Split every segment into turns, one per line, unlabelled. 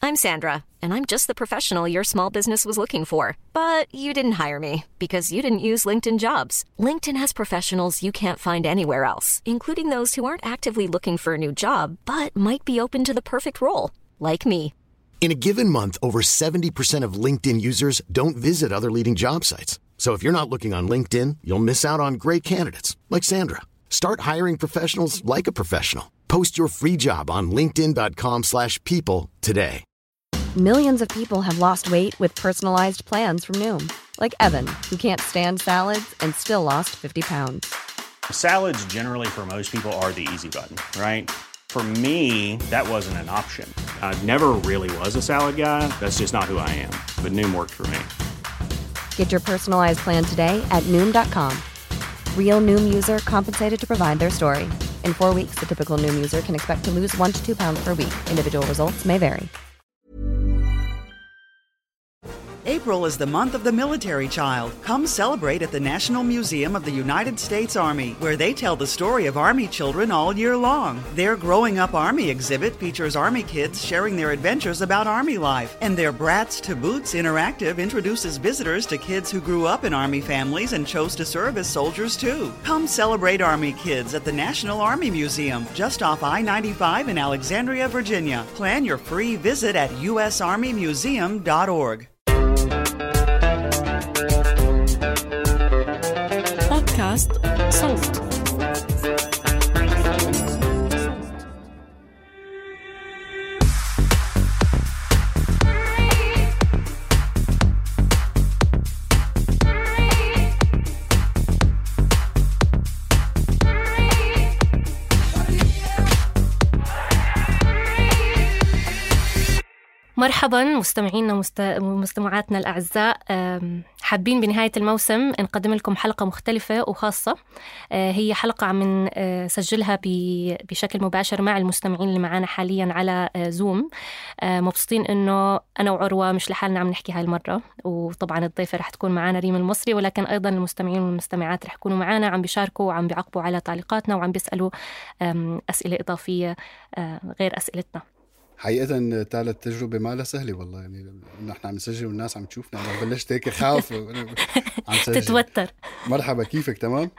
I'm Sandra, and I'm just the professional your small business was looking for. But you didn't hire me because you didn't use LinkedIn Jobs. LinkedIn has professionals you can't find anywhere else, including those who aren't actively looking for a new job, but might be open to the perfect role, like me.
In a given month, over 70% of LinkedIn users don't visit other leading job sites. So if you're not looking on LinkedIn, you'll miss out on great candidates like Sandra. Start hiring professionals like a professional. Post your free job on linkedin.com/people today.
Millions of people have lost weight with personalized plans from Noom. Like Evan, who can't stand salads and still lost 50 pounds.
Salads generally for most people are the easy button, right? For me, that wasn't an option. I never really was a salad guy. That's just not who I am. But Noom worked for me.
Get your personalized plan today at Noom.com. Real Noom user compensated to provide their story. In 4 weeks, the typical Noom user can expect to lose 1 to 2 pounds per week. Individual results may vary.
April is the month of the military child. Come celebrate at the National Museum of the United States Army, where they tell the story of Army children all year long. Their Growing Up Army exhibit features Army kids sharing their adventures about Army life. And their Brats to Boots interactive introduces visitors to kids who grew up in Army families and chose to serve as soldiers too. Come celebrate Army kids at the National Army Museum, just off I-95 in Alexandria, Virginia. Plan your free visit at usarmymuseum.org.
بودكاست صوت. مرحبا مستمعينا ومستمعاتنا الأعزاء. حابين بنهاية الموسم نقدم لكم حلقة مختلفة وخاصة. هي حلقة عم نسجلها بشكل مباشر مع المستمعين اللي معانا حاليا على زوم. مبسوطين إنه أنا وعروة مش لحالنا عم نحكي هاي المرة، وطبعا الضيفة رح تكون معانا ريم المصري، ولكن أيضا المستمعين والمستمعات رح يكونوا معانا عم بيشاركوا وعم بيعقبوا على تعليقاتنا وعم بيسألوا أسئلة إضافية غير أسئلتنا.
حقيقة تالت تجربة ما لها سهلة والله، يعني نحن عم نسجل والناس عم تشوفنا، أنا بلشت هيك خاف عم سجل. تتوتر. مرحبا، كيفك؟ تمام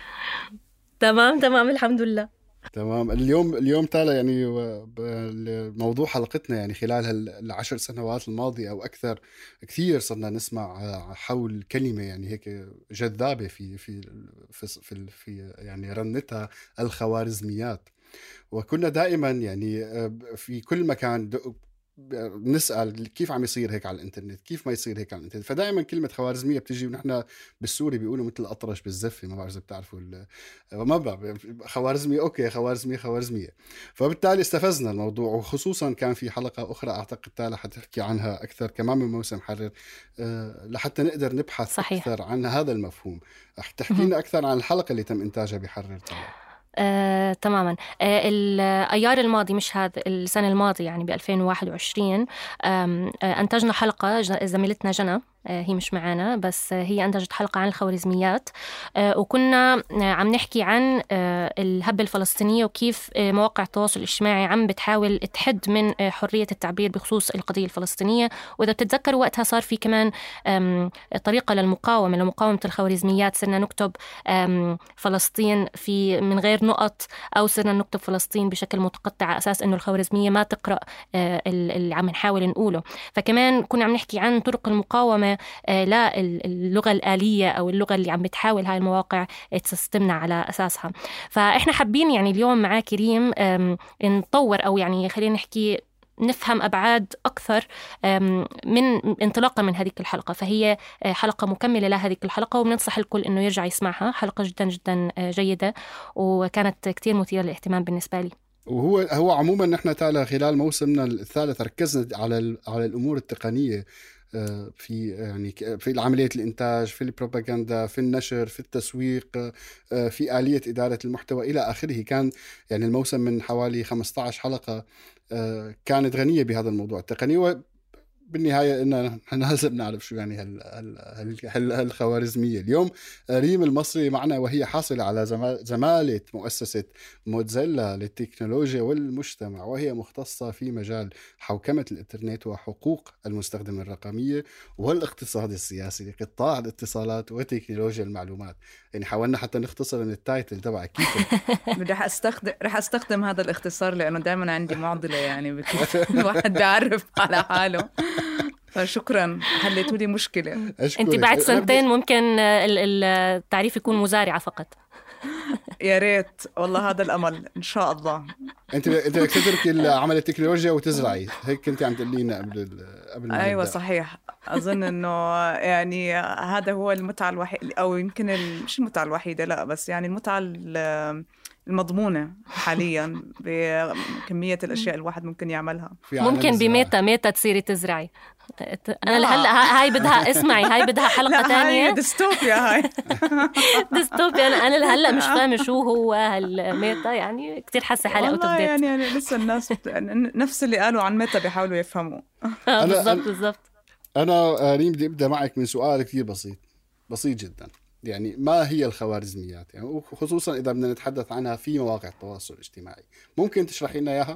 الحمد لله
تمام. اليوم تالا يعني موضوع حلقتنا يعني خلال ال10 سنوات الماضية أو أكثر كثير صرنا نسمع حول كلمة يعني هيك جذابة في يعني رنتها الخوارزميات. وكنا دائما يعني في كل مكان نسأل كيف عم يصير هيك على الانترنت، كيف ما يصير هيك على الانترنت. فدائما كلمة خوارزمية بتجي، ونحن بالسوري بيقولوا مثل الأطرش بالزفة، ما بعرف إذا بتعرفوا ما بعرف خوارزمية، أوكي خوارزمية. فبالتالي استفزنا الموضوع، وخصوصا كان في حلقة أخرى أعتقد تالا حتحكي عنها أكثر كمان من موسم حرر، لحتى نقدر نبحث صحيح. أكثر عن هذا المفهوم. تحكي لنا أكثر عن الحلقة اللي تم إنتاجها بحرر تالا.
تماما. الأيار الماضي، مش هذا السنة الماضية، يعني ب2021 أنتجنا حلقة زميلتنا جنى، هي مش معانا بس هي أنتجت حلقة عن الخوارزميات، وكنا عم نحكي عن الهبة الفلسطينية وكيف مواقع التواصل الاجتماعي عم بتحاول تحد من حرية التعبير بخصوص القضية الفلسطينية. وإذا بتتذكروا وقتها صار في كمان طريقة لمقاومة الخوارزميات، صرنا نكتب فلسطين من غير نقط، أو صرنا نكتب فلسطين بشكل متقطع على أساس إنه الخوارزمية ما تقرأ اللي عم نحاول نقوله. فكمان كنا عم نحكي عن طرق المقاومة لا اللغة الآلية أو اللغة اللي عم بتحاول هاي المواقع تستمنع على أساسها. فإحنا حابين يعني اليوم مع كريم نطور، أو يعني خلينا نحكي نفهم أبعاد أكثر من انطلاقا من هذه الحلقة. فهي حلقة مكملة لهذه الحلقة، وبننصح الكل إنه يرجع يسمعها. حلقة جدا جدا جيدة وكانت كتير مثيرة للاهتمام بالنسبة لي.
وهو عموما نحن تعالى خلال موسمنا الثالث ركزنا على الأمور التقنية في عملية الإنتاج، في البروباغندا، في النشر، في التسويق، في آلية إدارة المحتوى إلى آخره. كان يعني الموسم من حوالي 15 حلقة كانت غنية بهذا الموضوع التقني. بالنهاية إننا لازم نعرف شو يعني هالخوارزمية. اليوم ريم المصري معنا، وهي حاصلة على زمالة مؤسسة موتزيلا للتكنولوجيا والمجتمع، وهي مختصة في مجال حوكمة الإنترنت وحقوق المستخدم الرقمية والاقتصاد السياسي لقطاع الاتصالات وتكنولوجيا المعلومات. يعني حاولنا حتى نختصر من التايتل تبع كيف
رح أستخدم هذا الاختصار لأنه دائما عندي معضلة يعني بكيف الواحد بيعرف على حاله. فشكرا، حليتوا لي مشكلة.
انت بعد سنتين ممكن التعريف يكون مزارعة فقط.
يا ريت والله، هذا الأمل إن شاء الله.
انت بدك تتركي عمل التكنولوجيا وتزرعي، هيك كنت عم تقولينا قبل
ايوه صحيح. اظن انه يعني هذا هو المتعة الوحيدة، او يمكن مش المتعة الوحيدة، لا بس يعني المتعة المضمونة حاليا بكمية الاشياء الواحد ممكن يعملها.
ممكن بميتا تصيري تزرعي. انا هلا هاي بدها اسمعي، هاي بدها حلقة تانية.
هاي ديستوبيا، هاي
ديستوبيا. انا هلا مش فاهمة شو هو هالميتا، يعني كتير حاسة حالي اوت اوف ديت.
يعني لسه الناس نفس اللي قالوا عن ميتا بيحاولوا يفهموا.
بالضبط.
انا ريم بدي ابدا معك من سؤال كتير بسيط جدا. يعني ما هي الخوارزميات، يعني وخصوصا اذا بدنا نتحدث عنها في مواقع التواصل الاجتماعي، ممكن تشرحي لنا اياها؟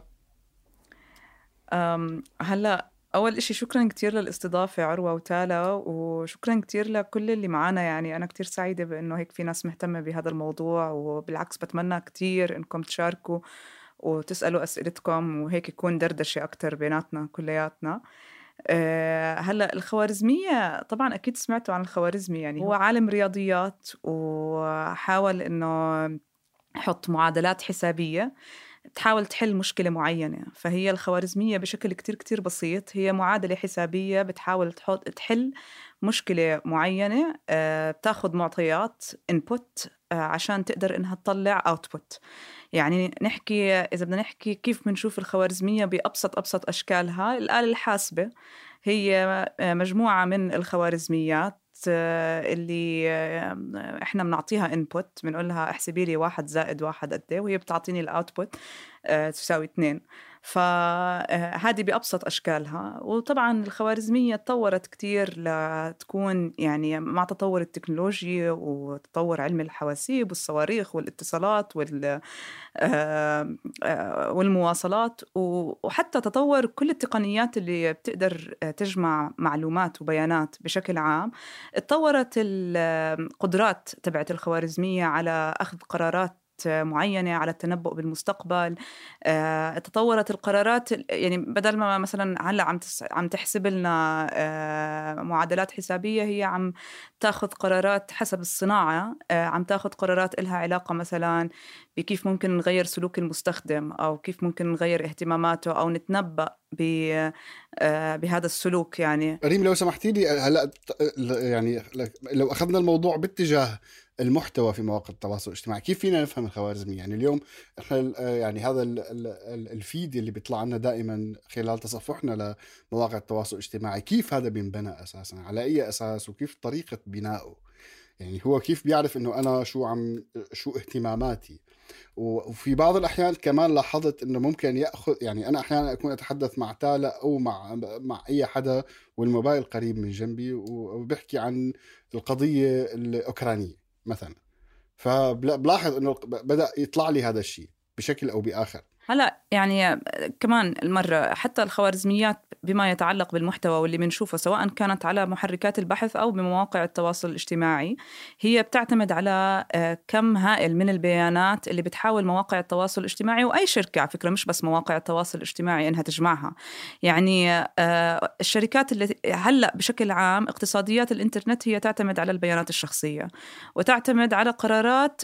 هلا أول إشي شكراً كتير للاستضافة عروة وتالا، وشكراً كتير لكل اللي معانا. يعني أنا كتير سعيدة بأنه هيك في ناس مهتمة بهذا الموضوع، وبالعكس بتمنى كتير إنكم تشاركوا وتسألوا أسئلتكم، وهيك يكون دردشة أكتر بيناتنا كلياتنا. هلأ الخوارزمية طبعاً أكيد سمعتوا عن الخوارزمي. يعني هو عالم رياضيات، وحاول إنه يحط معادلات حسابية تحاول تحل مشكلة معينة. فهي الخوارزمية بشكل كتير بسيط هي معادلة حسابية بتحاول تحل مشكلة معينة، بتاخد معطيات input عشان تقدر إنها تطلع output. يعني نحكي إذا بدنا نحكي كيف بنشوف الخوارزمية بأبسط أشكالها، الآلة الحاسبة هي مجموعة من الخوارزميات اللي احنا بنعطيها input، بنقول لها احسبي لي 1 زائد 1 قد ايه، وهي بتعطيني الاوتبوت تساوي 2. فهذه بأبسط أشكالها. وطبعا الخوارزمية تطورت كتير لتكون يعني مع تطور التكنولوجيا وتطور علم الحواسيب والصواريخ والاتصالات والمواصلات، وحتى تطور كل التقنيات اللي بتقدر تجمع معلومات وبيانات بشكل عام. اتطورت القدرات تبعت الخوارزمية على أخذ قرارات معينة، على التنبؤ بالمستقبل. تطورت القرارات، يعني بدل ما مثلا هلا عم تحسب لنا معادلات حسابية، هي عم تاخذ قرارات حسب الصناعة، عم تاخذ قرارات إلها علاقة مثلا بكيف ممكن نغير سلوك المستخدم، أو كيف ممكن نغير اهتماماته، أو نتنبأ بهذا السلوك. يعني
ريم لو سمحتي لي هلا، يعني لو أخذنا الموضوع باتجاه المحتوى في مواقع التواصل الاجتماعي، كيف فينا نفهم الخوارزمي؟ يعني اليوم احنا يعني هذا الفيد اللي بيطلع لنا دائما خلال تصفحنا لمواقع التواصل الاجتماعي، كيف هذا بينبنى اساسا، على اي اساس، وكيف طريقة بنائه؟ يعني هو كيف بيعرف انه انا شو اهتماماتي؟ وفي بعض الأحيان كمان لاحظت إنه ممكن يأخذ، يعني أنا أحيانا أكون أتحدث مع تالا أو مع أي حدا والموبايل قريب من جنبي وبحكي عن القضية الأوكرانية مثلا، فبلاحظ إنه بدأ يطلع لي هذا الشيء بشكل أو بآخر.
هلا يعني كمان المرة حتى الخوارزميات بما يتعلق بالمحتوى واللي بنشوفه سواء كانت على محركات البحث أو بمواقع التواصل الاجتماعي، هي بتعتمد على كم هائل من البيانات اللي بتحاول مواقع التواصل الاجتماعي وأي شركة على فكرة، مش بس مواقع التواصل الاجتماعي، إنها تجمعها. يعني الشركات اللي هلأ بشكل عام اقتصاديات الإنترنت هي تعتمد على البيانات الشخصية وتعتمد على قرارات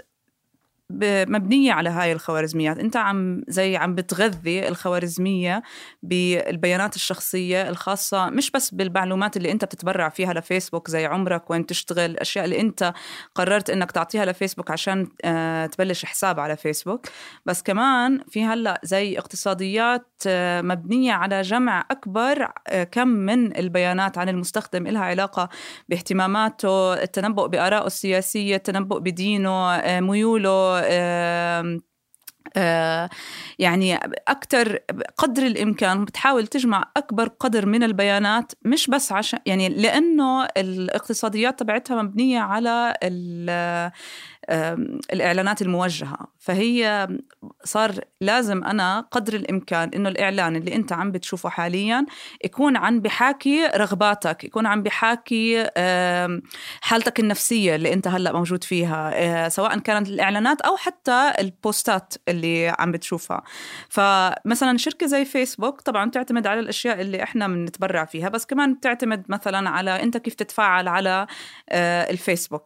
مبنية على هاي الخوارزميات. انت عم بتغذي الخوارزمية بالبيانات الشخصية الخاصة، مش بس بالمعلومات اللي انت بتتبرع فيها لفيسبوك زي عمرك وين تشتغل، الاشياء اللي انت قررت انك تعطيها لفيسبوك عشان تبلش حساب على فيسبوك، بس كمان في هلأ زي اقتصاديات مبنية على جمع اكبر كم من البيانات عن المستخدم إلها علاقة باهتماماته، التنبؤ بآرائه السياسية، التنبؤ بدينه، ميوله، يعني أكتر قدر الإمكان بتحاول تجمع أكبر قدر من البيانات، مش بس عشان يعني لأنه الاقتصاديات تبعتها مبنية على الإعلانات الموجهة، فهي صار لازم أنا قدر الإمكان إنه الإعلان اللي أنت عم بتشوفه حاليا يكون عم بحاكي رغباتك، يكون عم بحاكي حالتك النفسية اللي أنت هلأ موجود فيها، سواء كانت الإعلانات أو حتى البوستات اللي عم بتشوفها. فمثلا شركة زي فيسبوك طبعا تعتمد على الأشياء اللي إحنا بنتبرع فيها، بس كمان تعتمد مثلا على أنت كيف تتفاعل على الفيسبوك،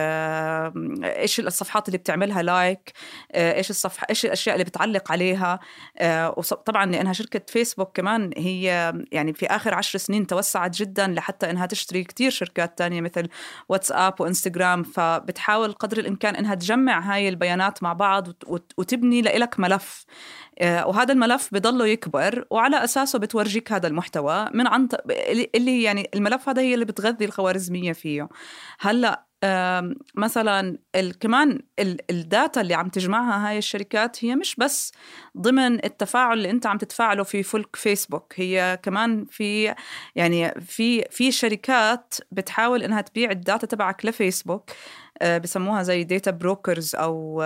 إيش الصفحات اللي بتعملها لايك، إيش الصفحة، إيش الأشياء اللي بتعلق عليها. وطبعا لأنها شركة فيسبوك كمان هي يعني في آخر 10 سنين توسعت جدا لحتى إنها تشتري كتير شركات تانية مثل واتساب وإنستغرام، فبتحاول قدر الإمكان إنها تجمع هاي البيانات مع بعض وتبني لإلك ملف، وهذا الملف بضله يكبر وعلى أساسه بتورجيك هذا المحتوى من اللي يعني الملف هذا هي اللي بتغذي الخوارزمية فيه. هلأ مثلا كمان الداتا اللي عم تجمعها هاي الشركات هي مش بس ضمن التفاعل اللي انت عم تتفاعله في فلك فيسبوك، هي كمان في يعني في شركات بتحاول انها تبيع الداتا تبعك لفيسبوك، بسموها زي داتا بروكرز أو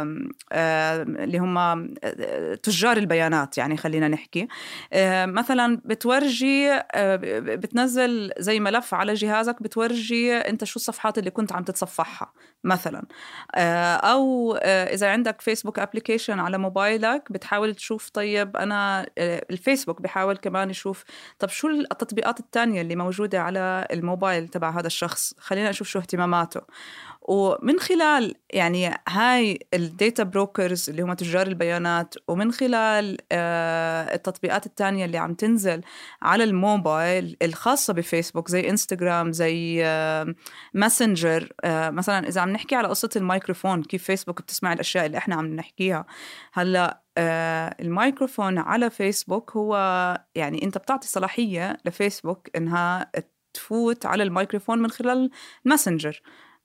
اللي هم تجار البيانات. يعني خلينا نحكي مثلا بتورجي بتنزل زي ملف على جهازك بتورجي أنت شو الصفحات اللي كنت عم تتصفحها مثلا، أو إذا عندك فيسبوك أبليكيشن على موبايلك بتحاول تشوف طيب أنا الفيسبوك بيحاول كمان يشوف طب شو التطبيقات التانية اللي موجودة على الموبايل تبع هذا الشخص، خلينا نشوف شو اهتماماته. ومن خلال يعني هاي الداتا بروكرز اللي هم تجار البيانات، ومن خلال التطبيقات التانية اللي عم تنزل على الموبايل الخاصة بفيسبوك زي إنستغرام زي ماسنجر، مثلا إذا عم نحكي على قصة الميكروفون كيف فيسبوك بتسمع الأشياء اللي إحنا عم نحكيها هلأ، الميكروفون على فيسبوك هو يعني أنت بتعطي صلاحية لفيسبوك إنها تفوت على الميكروفون من خلال ماسنجر.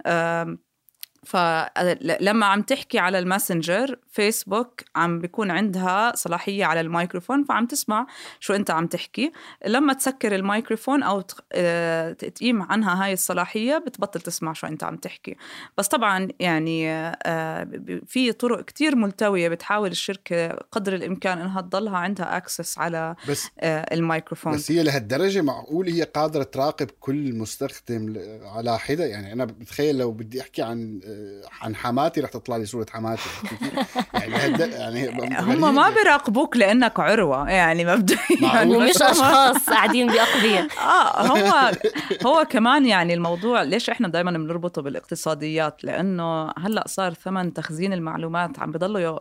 فلما عم تحكي على الماسنجر فيسبوك عم بيكون عندها صلاحية على الميكروفون، فعم تسمع شو أنت عم تحكي. لما تسكر الميكروفون أو تقيم عنها هاي الصلاحية بتبطل تسمع شو أنت عم تحكي. بس طبعا يعني في طرق كتير ملتوية بتحاول الشركة قدر الإمكان أنها تضلها عندها أكسس على الميكروفون.
بس هي لهالدرجة معقول هي قادرة تراقب كل مستخدم على حدة؟ يعني أنا بتخيل لو بدي أحكي عن حماتي رح تطلع لي صورة حماتي يعني
هم ما بيراقبوك لأنك عروة يعني مبدئيا
ومش أشخاص قاعدين بأقضية.
هو كمان يعني الموضوع ليش إحنا دايما بنربطه بالاقتصاديات، لأنه هلأ صار ثمن تخزين المعلومات عم بضلوا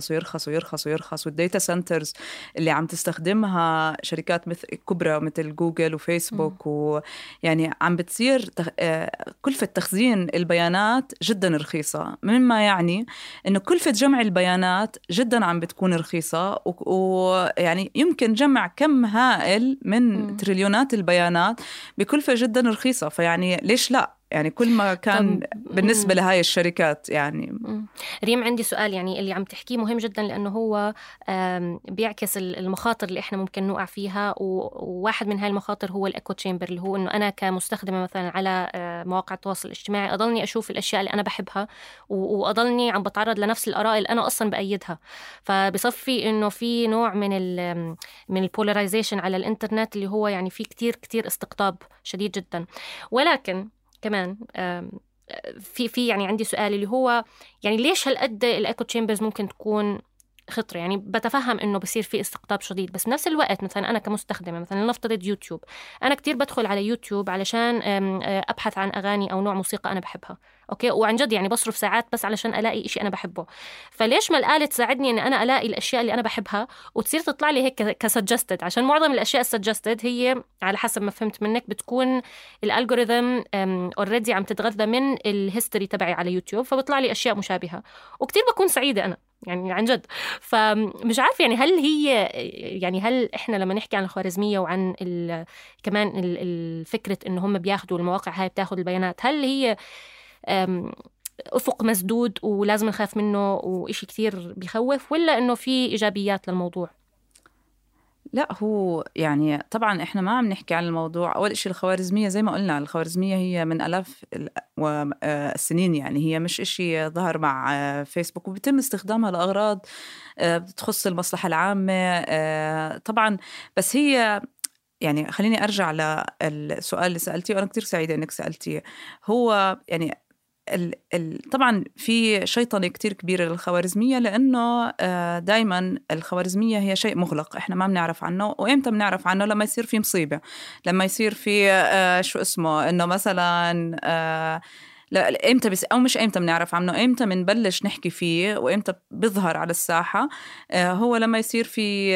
يرخص والديتا سنترز اللي عم تستخدمها شركات مثل كبرى مثل جوجل وفيسبوك ويعني عم بتصير كلفة تخزين البيانات جدا رخيصة، مما يعني إنه كلفة جمع البيانات جدا عم بتكون رخيصة، ويعني يمكن جمع كم هائل من تريليونات البيانات بكلفة جدا رخيصة. فيعني ليش لا يعني كل ما كان بالنسبة لهاي الشركات. يعني
ريم عندي سؤال، يعني اللي عم تحكيه مهم جدا لأنه هو بيعكس المخاطر اللي إحنا ممكن نوقع فيها، وواحد من هاي المخاطر هو الإيكو تشامبر، اللي هو إنه أنا كمستخدمة مثلا على مواقع التواصل الاجتماعي أضلني أشوف الأشياء اللي أنا بحبها وأضلني عم بتعرض لنفس الآراء اللي أنا أصلا بأيدها، فبصفي إنه في نوع من البولاريزيشن على الإنترنت اللي هو يعني في كتير استقطاب شديد جدا. ولكن كمان في يعني عندي سؤال اللي هو يعني ليش هالقد الإيكو تشامبرز ممكن تكون خطرة؟ يعني بتفهم إنه بصير في استقطاب شديد، بس بنفس الوقت مثلا أنا كمستخدمة مثلا نفترض يوتيوب، أنا كتير بدخل على يوتيوب علشان أبحث عن أغاني أو نوع موسيقى أنا بحبها، أوكي، وعن جد يعني بصرف ساعات بس علشان ألاقي إشي أنا بحبه. فليش ما الآلة تساعدني إن أنا ألاقي الأشياء اللي أنا بحبها وتصير تطلع لي هيك كسجستد؟ عشان معظم الأشياء السجستد هي على حسب ما فهمت منك بتكون الألغوريثم أوريدي عم تتغذى من الهيستوري تبعي على يوتيوب، فبطلع لي أشياء مشابهة وكتير بكون سعيدة أنا يعني عن جد. فمش عارف يعني هل إحنا لما نحكي عن الخوارزمية وعن كمان الفكرة إنه هم بياخدوا المواقع هاي بتاخد البيانات، هل هي أفق مسدود ولازم نخاف منه وإشي كتير بيخوف، ولا إنه في إيجابيات للموضوع؟
لا، هو يعني طبعا احنا ما عم نحكي عن الموضوع. اول شيء الخوارزمية زي ما قلنا، الخوارزمية هي من آلاف السنين، يعني هي مش إشي ظهر مع فيسبوك، وبيتم استخدامها لأغراض بتخص المصلحة العامة طبعا. بس هي يعني خليني أرجع للسؤال اللي سألتيه، وأنا كتير سعيدة إنك سألتيه. هو يعني طبعا في شيطنة كتير كبيرة للخوارزمية، لأنه دايما الخوارزمية هي شيء مغلق، إحنا ما بنعرف عنه. وإمتى بنعرف عنه؟ لما يصير في مصيبة، لما يصير في شو اسمه، إنه مثلا لا إمتى أو مش إمتى بنعرف عنه، إمتى بنبلش نحكي فيه وإمتى بيظهر على الساحة. هو لما يصير في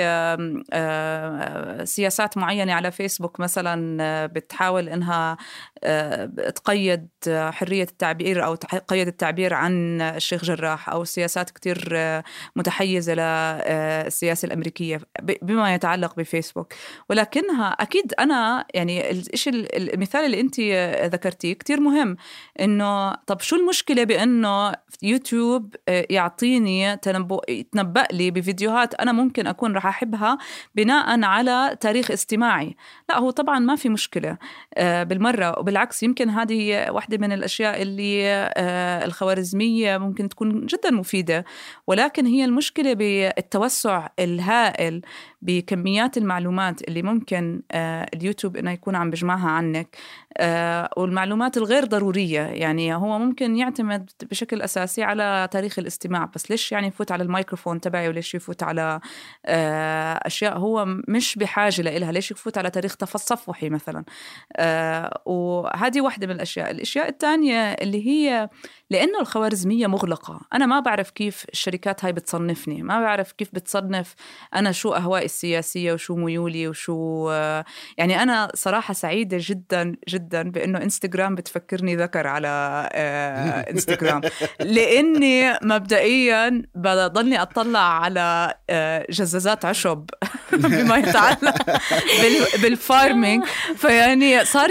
سياسات معينة على فيسبوك مثلا بتحاول إنها تقيد حرية التعبير أو تقيد التعبير عن الشيخ جراح، أو سياسات كتير متحيزة للسياسة الأمريكية بما يتعلق بفيسبوك. ولكنها أكيد أنا يعني المثال اللي أنت ذكرتيه كتير مهم، إنه طب شو المشكلة بأنه يوتيوب يعطيني يتنبأ لي بفيديوهات أنا ممكن أكون رح أحبها بناء على تاريخ استماعي؟ لا، هو طبعا ما في مشكلة بالمرة. وبالعكس يمكن هذه واحدة من الأشياء اللي الخوارزمية ممكن تكون جدا مفيدة، ولكن هي المشكلة بالتوسع الهائل بكميات المعلومات اللي ممكن اليوتيوب إنه يكون عم بجمعها عنك، والمعلومات الغير ضرورية. يعني هو ممكن يعتمد بشكل أساسي على تاريخ الاستماع، بس ليش يعني يفوت على الميكروفون تبعي، وليش يفوت على أشياء هو مش بحاجة لإلها؟ ليش يفوت على تاريخ تصفحي مثلا؟ وهذه واحدة من الأشياء الثانية اللي هي لأنه الخوارزمية مغلقة. أنا ما بعرف كيف الشركات هاي بتصنفني، ما بعرف كيف بتصنف أنا شو أهوائي السياسية وشو ميولي وشو يعني أنا صراحة سعيدة جدا جدا بأنه إنستغرام بتفكرني ذكر على إنستغرام، لأني مبدئيا بضلني أطلع على جزازات عشب بما يتعلق بالفارمينج. فيعني صار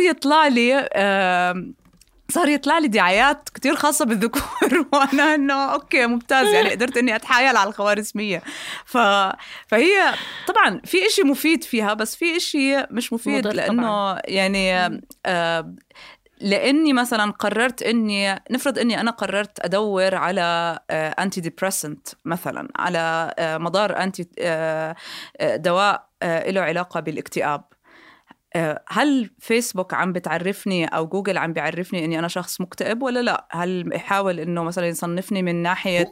يطلع لي دعايات كتير خاصة بالذكور وأنا إنه أوكي ممتاز، يعني قدرت إني أتحايل على الخوارزمية. فهي طبعا في إشي مفيد فيها، بس في إشي مش مفيد، لأنه يعني لأني مثلا قررت إني نفرض إني أنا قررت أدور على أنتي ديبريسنت مثلا، على مضار دواء له علاقة بالاكتئاب. هل فيسبوك عم بتعرفني أو جوجل عم بيعرفني إني أنا شخص مكتئب ولا لا؟ هل يحاول إنه مثلا يصنفني من ناحية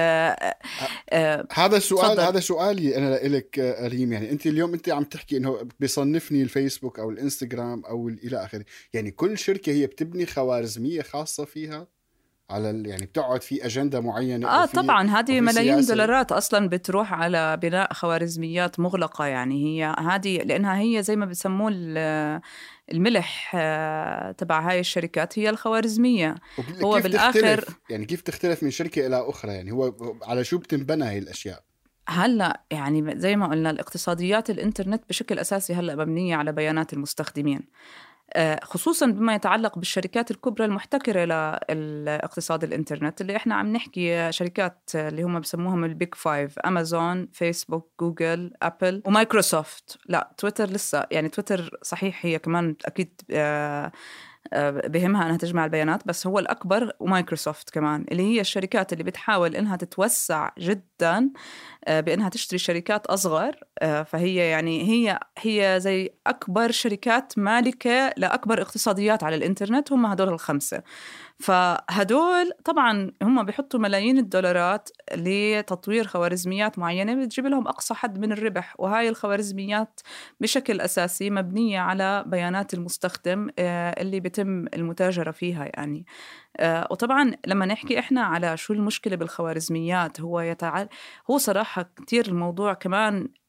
هذا السؤال؟ هذا سؤالي أنا لك ريم. يعني أنت اليوم أنت عم تحكي إنه بيصنفني الفيسبوك أو الإنستغرام أو إلى آخره، يعني كل شركة هي بتبني خوارزمية خاصة فيها على يعني بتقعد في أجندة معينة.
طبعا هذه ملايين دولارات أصلا بتروح على بناء خوارزميات مغلقة. يعني هي هذه لأنها هي زي ما بسموه الملح تبع هاي الشركات هي الخوارزمية. هو بالآخر
يعني كيف تختلف من شركة إلى أخرى؟ يعني هو على شو بتنبنى هاي الأشياء؟
هلأ يعني زي ما قلنا الاقتصاديات الإنترنت بشكل أساسي هلأ مبنية على بيانات المستخدمين، خصوصاً بما يتعلق بالشركات الكبرى المحتكرة للاقتصاد الإنترنت، اللي إحنا عم نحكي شركات اللي هم بسموهم البيج فايف: أمازون، فيسبوك، جوجل، أبل ومايكروسوفت. لا تويتر لسه، يعني تويتر صحيح هي كمان أكيد بهمها أنها تجمع البيانات، بس هو الأكبر. ومايكروسوفت كمان اللي هي الشركات اللي بتحاول إنها تتوسع جداً بأنها تشتري شركات أصغر. فهي يعني هي زي أكبر شركات مالكة لأكبر اقتصاديات على الإنترنت، هم هدول الخمسة. فهدول طبعاً هم بيحطوا ملايين الدولارات لتطوير خوارزميات معينة بتجيب لهم أقصى حد من الربح. وهاي الخوارزميات بشكل أساسي مبنية على بيانات المستخدم اللي بيتم المتاجرة فيها يعني. وطبعاً لما نحكي إحنا على شو المشكلة بالخوارزميات، هو صراحة كتير الموضوع كمان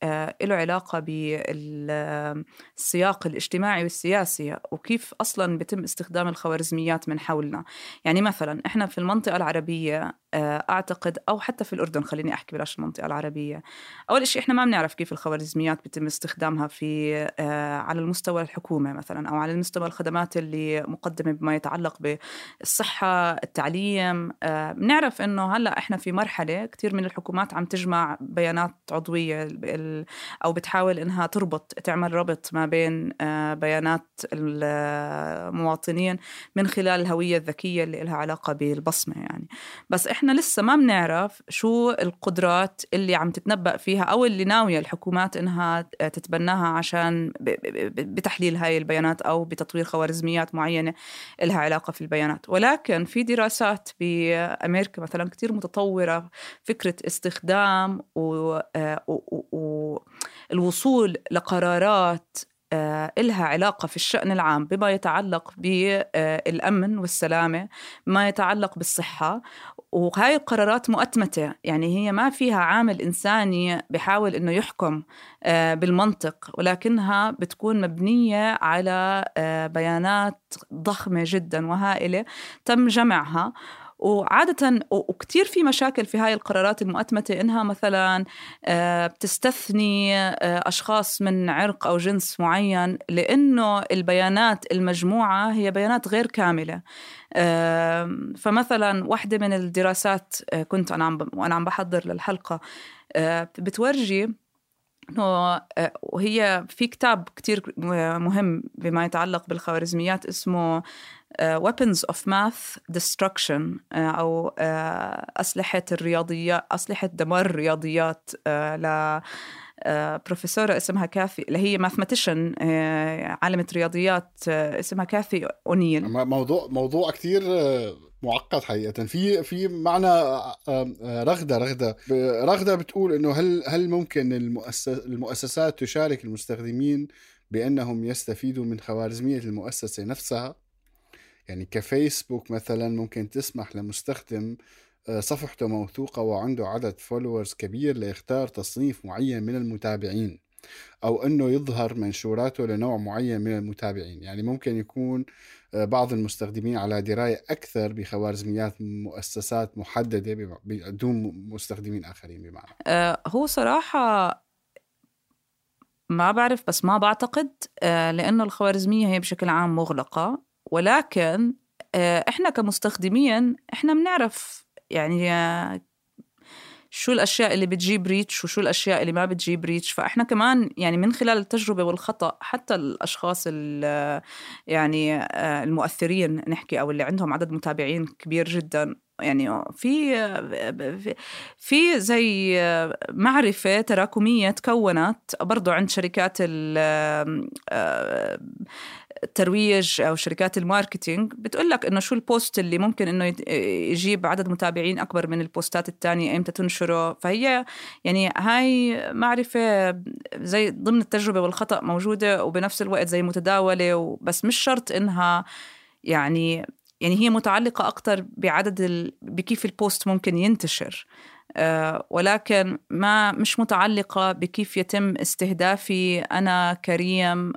له علاقة بالسياق الاجتماعي والسياسي وكيف أصلاً بيتم استخدام الخوارزميات من حولنا. يعني مثلاً إحنا في المنطقة العربية أعتقد، أو حتى في الأردن، خليني أحكي بلاش المنطقة العربية، أول شيء إحنا ما بنعرف كيف الخوارزميات بيتم استخدامها في على المستوى الحكومة مثلاً، أو على المستوى الخدمات اللي مقدمة بما يتعلق بالصحة، التعليم. بنعرف إنه هلأ إحنا في مرحلة كتير من الحكومات عم تجمع بيانات عضوية أو بتحاول إنها تعمل ربط ما بين بيانات المواطنين من خلال الهوية الذكية اللي لها علاقة بالبصمة يعني. بس إحنا لسه ما بنعرف شو القدرات اللي عم تتنبأ فيها أو اللي ناوية الحكومات إنها تتبناها عشان بتحليل هاي البيانات أو بتطوير خوارزميات معينة لها علاقة في البيانات. ولكن في دراسات بأمريكا مثلا كتير متطورة، فكرة استخدام والوصول لقرارات إلها علاقة في الشأن العام بما يتعلق بالأمن والسلامة، ما يتعلق بالصحة. وهاي القرارات مؤتمتة، يعني هي ما فيها عامل إنساني بيحاول إنه يحكم بالمنطق، ولكنها بتكون مبنية على بيانات ضخمة جدا وهائلة تم جمعها. وعادة وكتير في مشاكل في هاي القرارات المؤتمتة، إنها مثلا بتستثني أشخاص من عرق أو جنس معين، لأنه البيانات المجموعة هي بيانات غير كاملة. فمثلا واحدة من الدراسات كنت وأنا عم بحضر للحلقة بتورجي إنه، وهي في كتاب كتير مهم بما يتعلق بالخوارزميات اسمه Weapons of Math Destruction، أو أسلحة الرياضيات، أسلحة دمار الرياضيات، بروفيسورة اسمها كاثي، اللي هي ماثماتيشن، عالمة رياضيات، اسمها كاثي أونيل.
موضوع كتير معقد حقيقة. في معنى رغدة بتقول إنه هل ممكن المؤسسات تشارك المستخدمين بأنهم يستفيدوا من خوارزمية المؤسسة نفسها؟ يعني كفيسبوك مثلا ممكن تسمح لمستخدم صفحته موثوقة وعنده عدد فولورز كبير ليختار تصنيف معين من المتابعين، أو أنه يظهر منشوراته لنوع معين من المتابعين. يعني ممكن يكون بعض المستخدمين على دراية أكثر بخوارزميات مؤسسات محددة بدون مستخدمين آخرين بمعنى.
هو صراحة ما بعرف، بس ما بعتقد، لأنه الخوارزمية هي بشكل عام مغلقة. ولكن إحنا كمستخدمين إحنا بنعرف يعني شو الأشياء اللي بتجيب ريتش وشو الأشياء اللي ما بتجيب ريتش. فإحنا كمان يعني من خلال التجربة والخطأ، حتى الأشخاص يعني المؤثرين نحكي، أو اللي عندهم عدد متابعين كبير جدا، يعني في زي معرفة تراكمية تكونت برضو عند شركات الترويج أو شركات الماركتينج، بتقولك إنه شو البوست اللي ممكن إنه يجيب عدد متابعين أكبر من البوستات التانية، إمتى تنشره. فهي يعني هاي معرفة زي ضمن التجربة والخطأ موجودة، وبنفس الوقت زي متداولة، بس مش شرط إنها يعني هي متعلقة أكتر بكيف البوست ممكن ينتشر، ولكن مش متعلقة بكيف يتم استهدافي أنا كريم.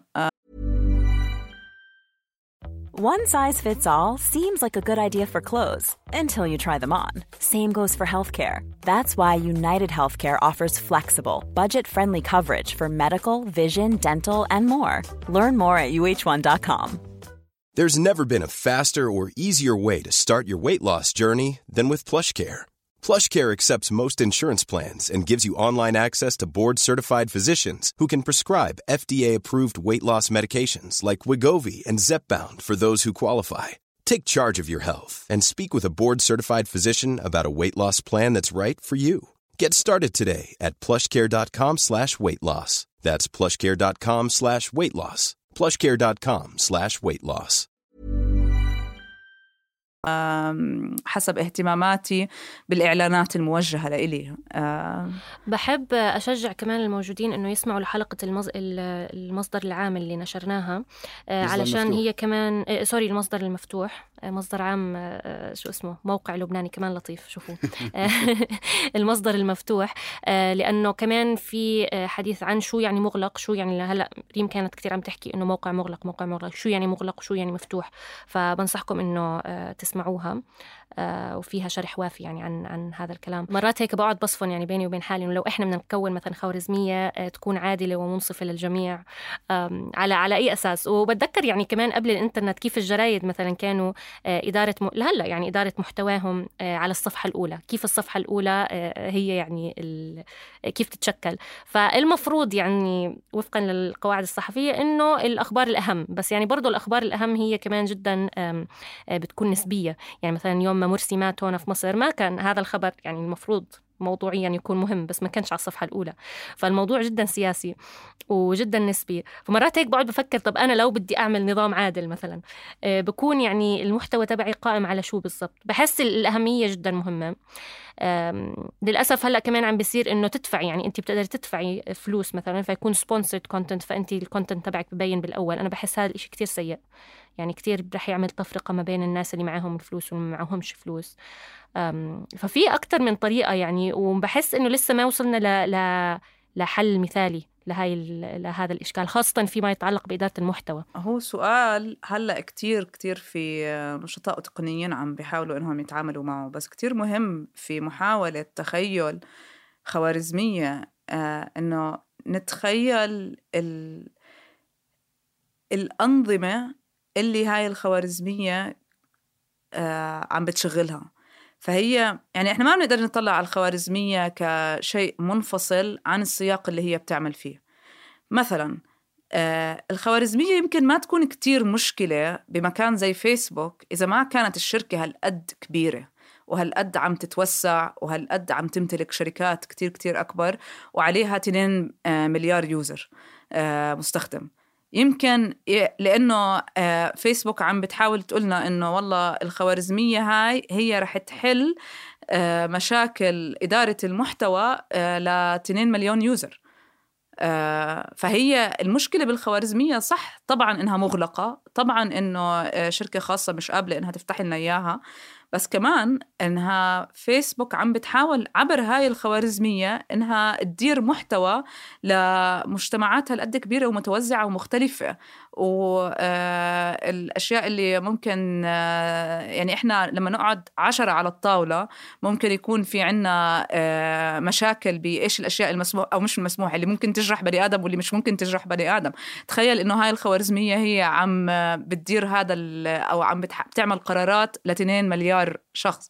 One size fits all seems like a good idea for clothes until you try them on. Same goes for healthcare. That's why United Healthcare offers flexible, budget-friendly coverage for medical, vision, dental, and more. Learn more at uh1.com.
There's never been a faster or easier way to start your weight loss journey than with PlushCare. PlushCare accepts most insurance plans and gives you online access to board-certified physicians who can prescribe FDA-approved weight loss medications like Wegovy and Zepbound for those who qualify. Take charge of your health and speak with a board-certified physician about a weight loss plan that's right for you. Get started today at plushcare.com/weightloss. That's plushcare.com/weightloss. plushcare.com/weightloss.
حسب اهتماماتي بالإعلانات الموجهة لإلي.
بحب أشجع كمان الموجودين إنه يسمعوا لحلقة المصدر العام اللي نشرناها، علشان هي كمان المصدر المفتوح. مصدر عام شو اسمه، موقع لبناني كمان لطيف، شوفوا. المصدر المفتوح، لأنه كمان في حديث عن شو يعني مغلق، شو يعني هلأ ريم كانت كتير عم تحكي إنه موقع مغلق، شو يعني مغلق وشو يعني مفتوح. فبنصحكم إنه تسمعوها، وفيها شرح وافي يعني عن هذا الكلام. مرات هيك بقعد بصفن يعني بيني وبين حالي إنه لو إحنا بدنا نكون مثلا خوارزمية تكون عادلة ومنصفة للجميع، على أي أساس. وبتذكر يعني كمان قبل الإنترنت كيف الجرايد مثلا كانوا إدارة لهلا يعني إدارة محتواهم على الصفحة الأولى، كيف الصفحة الأولى هي يعني كيف تتشكل. فالمفروض يعني وفقا للقواعد الصحفية إنه الأخبار الأهم، بس يعني برضو الأخبار الأهم هي كمان جدا بتكون نسبية. يعني مثلا يوم ما مرسي مات هنا في مصر ما كان هذا الخبر يعني المفروض موضوعيا يكون مهم، بس ما كانش على الصفحة الأولى. فالموضوع جدا سياسي وجدا نسبي. فمرات هيك بقعد بفكر طب أنا لو بدي أعمل نظام عادل مثلا بكون يعني المحتوى تبعي قائم على شو بالضبط. بحس الأهمية جدا مهمة. للأسف هلأ كمان عم بيصير إنه تدفع، يعني أنت بتقدر تدفعي فلوس مثلا فيكون sponsored content، فأنت الكونتنت تبعك ببين بالأول. أنا بحس هذا الإشي كتير سيء، يعني كتير رح يعمل تفرقة ما بين الناس اللي معاهم الفلوس واللي معاهمش فلوس. ففي أكتر من طريقة يعني، وبحس إنه لسه ما وصلنا لحل مثالي لهذا الإشكال، خاصة فيما يتعلق بإدارة المحتوى.
هو سؤال هلأ كتير في نشطاء وتقنيين عم بيحاولوا إنهم يتعاملوا معه، بس كتير مهم في محاولة تخيل خوارزمية إنه نتخيل الأنظمة اللي هاي الخوارزمية عم بتشغلها. فهي يعني إحنا ما بنقدر نطلع على الخوارزمية كشيء منفصل عن السياق اللي هي بتعمل فيه. مثلا الخوارزمية يمكن ما تكون كتير مشكلة بمكان زي فيسبوك إذا ما كانت الشركة هالقد كبيرة وهالقد عم تتوسع وهالقد عم تمتلك شركات كتير أكبر وعليها 2 مليار يوزر مستخدم. يمكن لأنه فيسبوك عم بتحاول تقولنا إنه والله الخوارزمية هاي هي رح تحل مشاكل إدارة المحتوى ل2 مليون يوزر. فهي المشكلة بالخوارزمية صح طبعا إنها مغلقة، طبعا إنه شركة خاصة مش قابلة إنها تفتح لنا إياها، بس كمان إنها فيسبوك عم بتحاول عبر هاي الخوارزمية إنها تدير محتوى لمجتمعاتها القد كبيرة ومتوزعة ومختلفة. والأشياء اللي ممكن يعني إحنا لما نقعد 10 على الطاولة ممكن يكون في عنا مشاكل بإيش الأشياء المسموح أو مش المسموح، اللي ممكن تجرح بني آدم واللي مش ممكن تجرح بني آدم. تخيل إنه هاي الخوارزمية هي عم بتدير هذا أو عم بتعمل قرارات ل2 مليار شخص.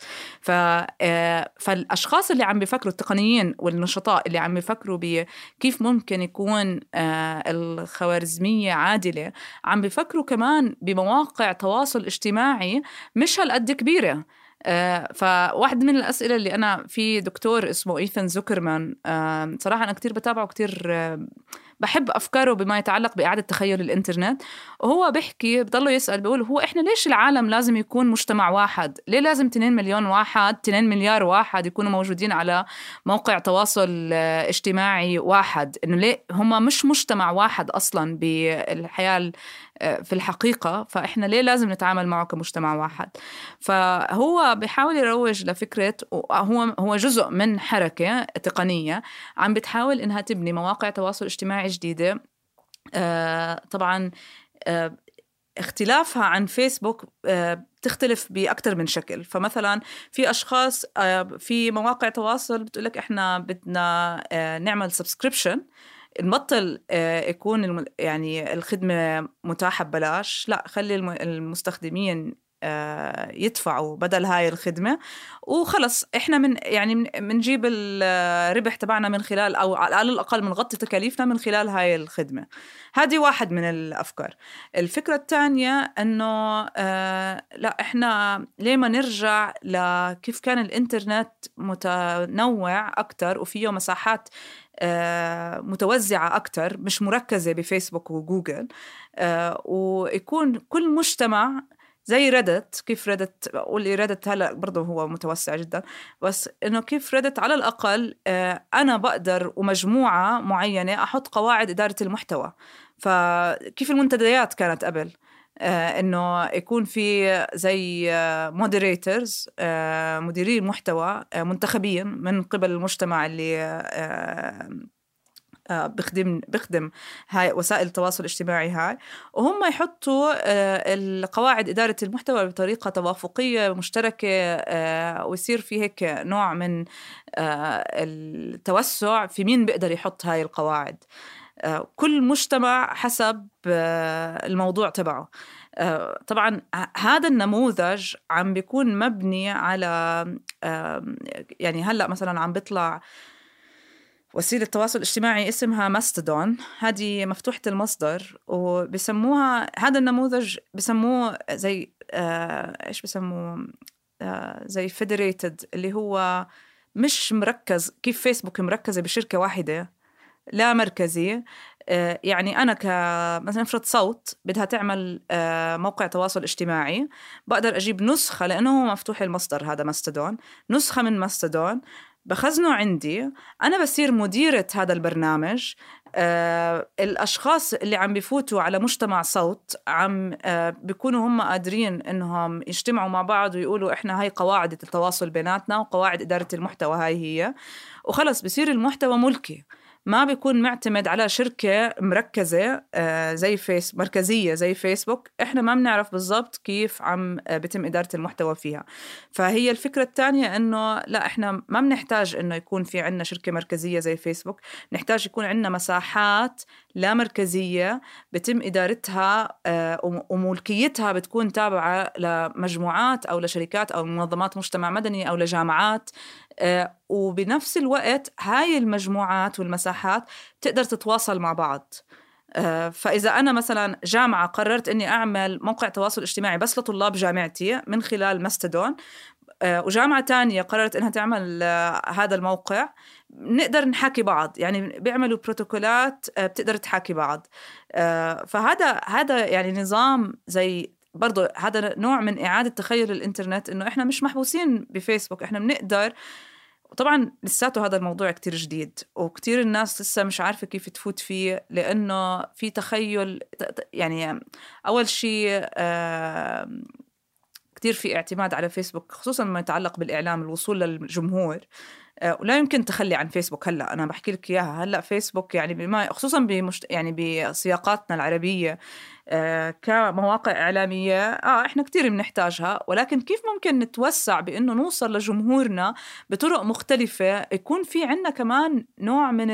فالأشخاص اللي عم بيفكروا، التقنيين والنشطاء اللي عم بيفكروا بكيف ممكن يكون الخوارزمية عادلة، عم بيفكروا كمان بمواقع تواصل اجتماعي مش هالقد كبيرة. فواحد من الأسئلة اللي أنا في دكتور اسمه إيثان زوكرمان، صراحة أنا كتير بتابعه، كتير بحب أفكاره بما يتعلق بإعادة تخيل الإنترنت. وهو بيحكي بضله يسأل بيقول هو إحنا ليش العالم لازم يكون مجتمع واحد؟ ليه لازم 2 مليون واحد 2 مليار واحد يكونوا موجودين على موقع تواصل اجتماعي واحد؟ إنه ليه هم مش مجتمع واحد أصلا بالحياة في الحقيقة، فإحنا ليه لازم نتعامل معه كمجتمع واحد؟ فهو بيحاول يروج لفكرة، هو جزء من حركة تقنية عم بتحاول إنها تبني مواقع تواصل اجتماعي جديدة. طبعا اختلافها عن فيسبوك بتختلف بأكتر من شكل. فمثلا في أشخاص في مواقع تواصل بتقولك إحنا بدنا نعمل سبسكريبشن، نبطل يكون يعني الخدمة متاحة ببلاش، لا خلي المستخدمين يدفعوا بدل هاي الخدمة وخلص. إحنا منجيب الربح تبعنا من خلال، أو على الأقل منغطي تكاليفنا من خلال هاي الخدمة. هذه واحد من الأفكار. الفكرة الثانية أنه لا إحنا ليه ما نرجع لكيف كان الإنترنت متنوع أكتر وفيه مساحات متوزعة أكتر، مش مركزة بفيسبوك وجوجل، ويكون كل مجتمع زي ريدت. كيف ريدت، أقول ريدت هلأ برضو هو متوسع جدا، بس إنه كيف ريدت على الأقل أنا بقدر ومجموعة معينة أحط قواعد إدارة المحتوى. فكيف المنتديات كانت قبل، إنه يكون في زي مودريترز، مديري محتوى منتخبين من قبل المجتمع اللي بخدم هاي وسائل التواصل الاجتماعي هاي، وهم يحطوا القواعد إدارة المحتوى بطريقة توافقية مشتركة، ويصير في هيك نوع من التوسع في مين بيقدر يحط هاي القواعد. كل مجتمع حسب الموضوع تبعه. طبعا هذا النموذج عم بيكون مبني على يعني هلأ مثلا عم بيطلع وسيلة تواصل اجتماعي اسمها ماستودون، هذه مفتوحة المصدر، وبسموها هذا النموذج بسموه زي إيش بسموه زي فيدريتد، اللي هو مش مركز كيف فيسبوك مركزة بشركة واحدة، لا مركزي. يعني أنا مثلا افرض صوت بدها تعمل موقع تواصل اجتماعي، بقدر أجيب نسخة لأنه هو مفتوح المصدر، هذا ماستودون، نسخة من ماستودون بخزنه عندي، أنا بصير مديرة هذا البرنامج. الأشخاص اللي عم بيفوتوا على مجتمع صوت بيكونوا هم قادرين إنهم يجتمعوا مع بعض ويقولوا إحنا هاي قواعد التواصل بيناتنا وقواعد إدارة المحتوى هاي هي، وخلص بصير المحتوى ملكي، ما بيكون معتمد على شركة مركزة زي مركزية زي فيسبوك. إحنا ما بنعرف بالضبط كيف عم بتم إدارة المحتوى فيها. فهي الفكرة الثانية إنه لا، إحنا ما بنحتاج إنه يكون في عنا شركة مركزية زي فيسبوك، نحتاج يكون عنا مساحات لا مركزية بتم إدارتها وملكيتها بتكون تابعة لمجموعات أو لشركات أو منظمات مجتمع مدني أو لجامعات. وبنفس الوقت هاي المجموعات والمساحات تقدر تتواصل مع بعض. فإذا أنا مثلا جامعة قررت أني أعمل موقع تواصل اجتماعي بس لطلاب جامعتي من خلال ماستودون، وجامعة تانية قررت أنها تعمل هذا الموقع، نقدر نحاكي بعض، يعني بيعملوا بروتوكولات بتقدر تحاكي بعض. فهذا يعني نظام زي برضو هذا نوع من إعادة تخيل الإنترنت، إنه إحنا مش محبوسين بفيسبوك، إحنا بنقدر. وطبعا لساته هذا الموضوع كتير جديد وكتير الناس لسه مش عارفة كيف تفوت فيه، لأنه في تخيل. يعني أول شيء كتير في اعتماد على فيسبوك، خصوصا ما يتعلق بالإعلام، الوصول للجمهور، ولا يمكن تخلي عن فيسبوك. هلأ أنا بحكي لك إياها، هلأ فيسبوك يعني خصوصا يعني بسياقاتنا العربية كمواقع إعلامية إحنا كتير بنحتاجها، ولكن كيف ممكن نتوسع بأنه نوصل لجمهورنا بطرق مختلفة، يكون في عنا كمان نوع من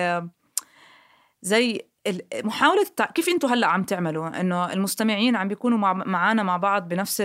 زي محاولة كيف أنتوا هلأ عم تعملوا إنه المستمعين عم بيكونوا معانا مع بعض بنفس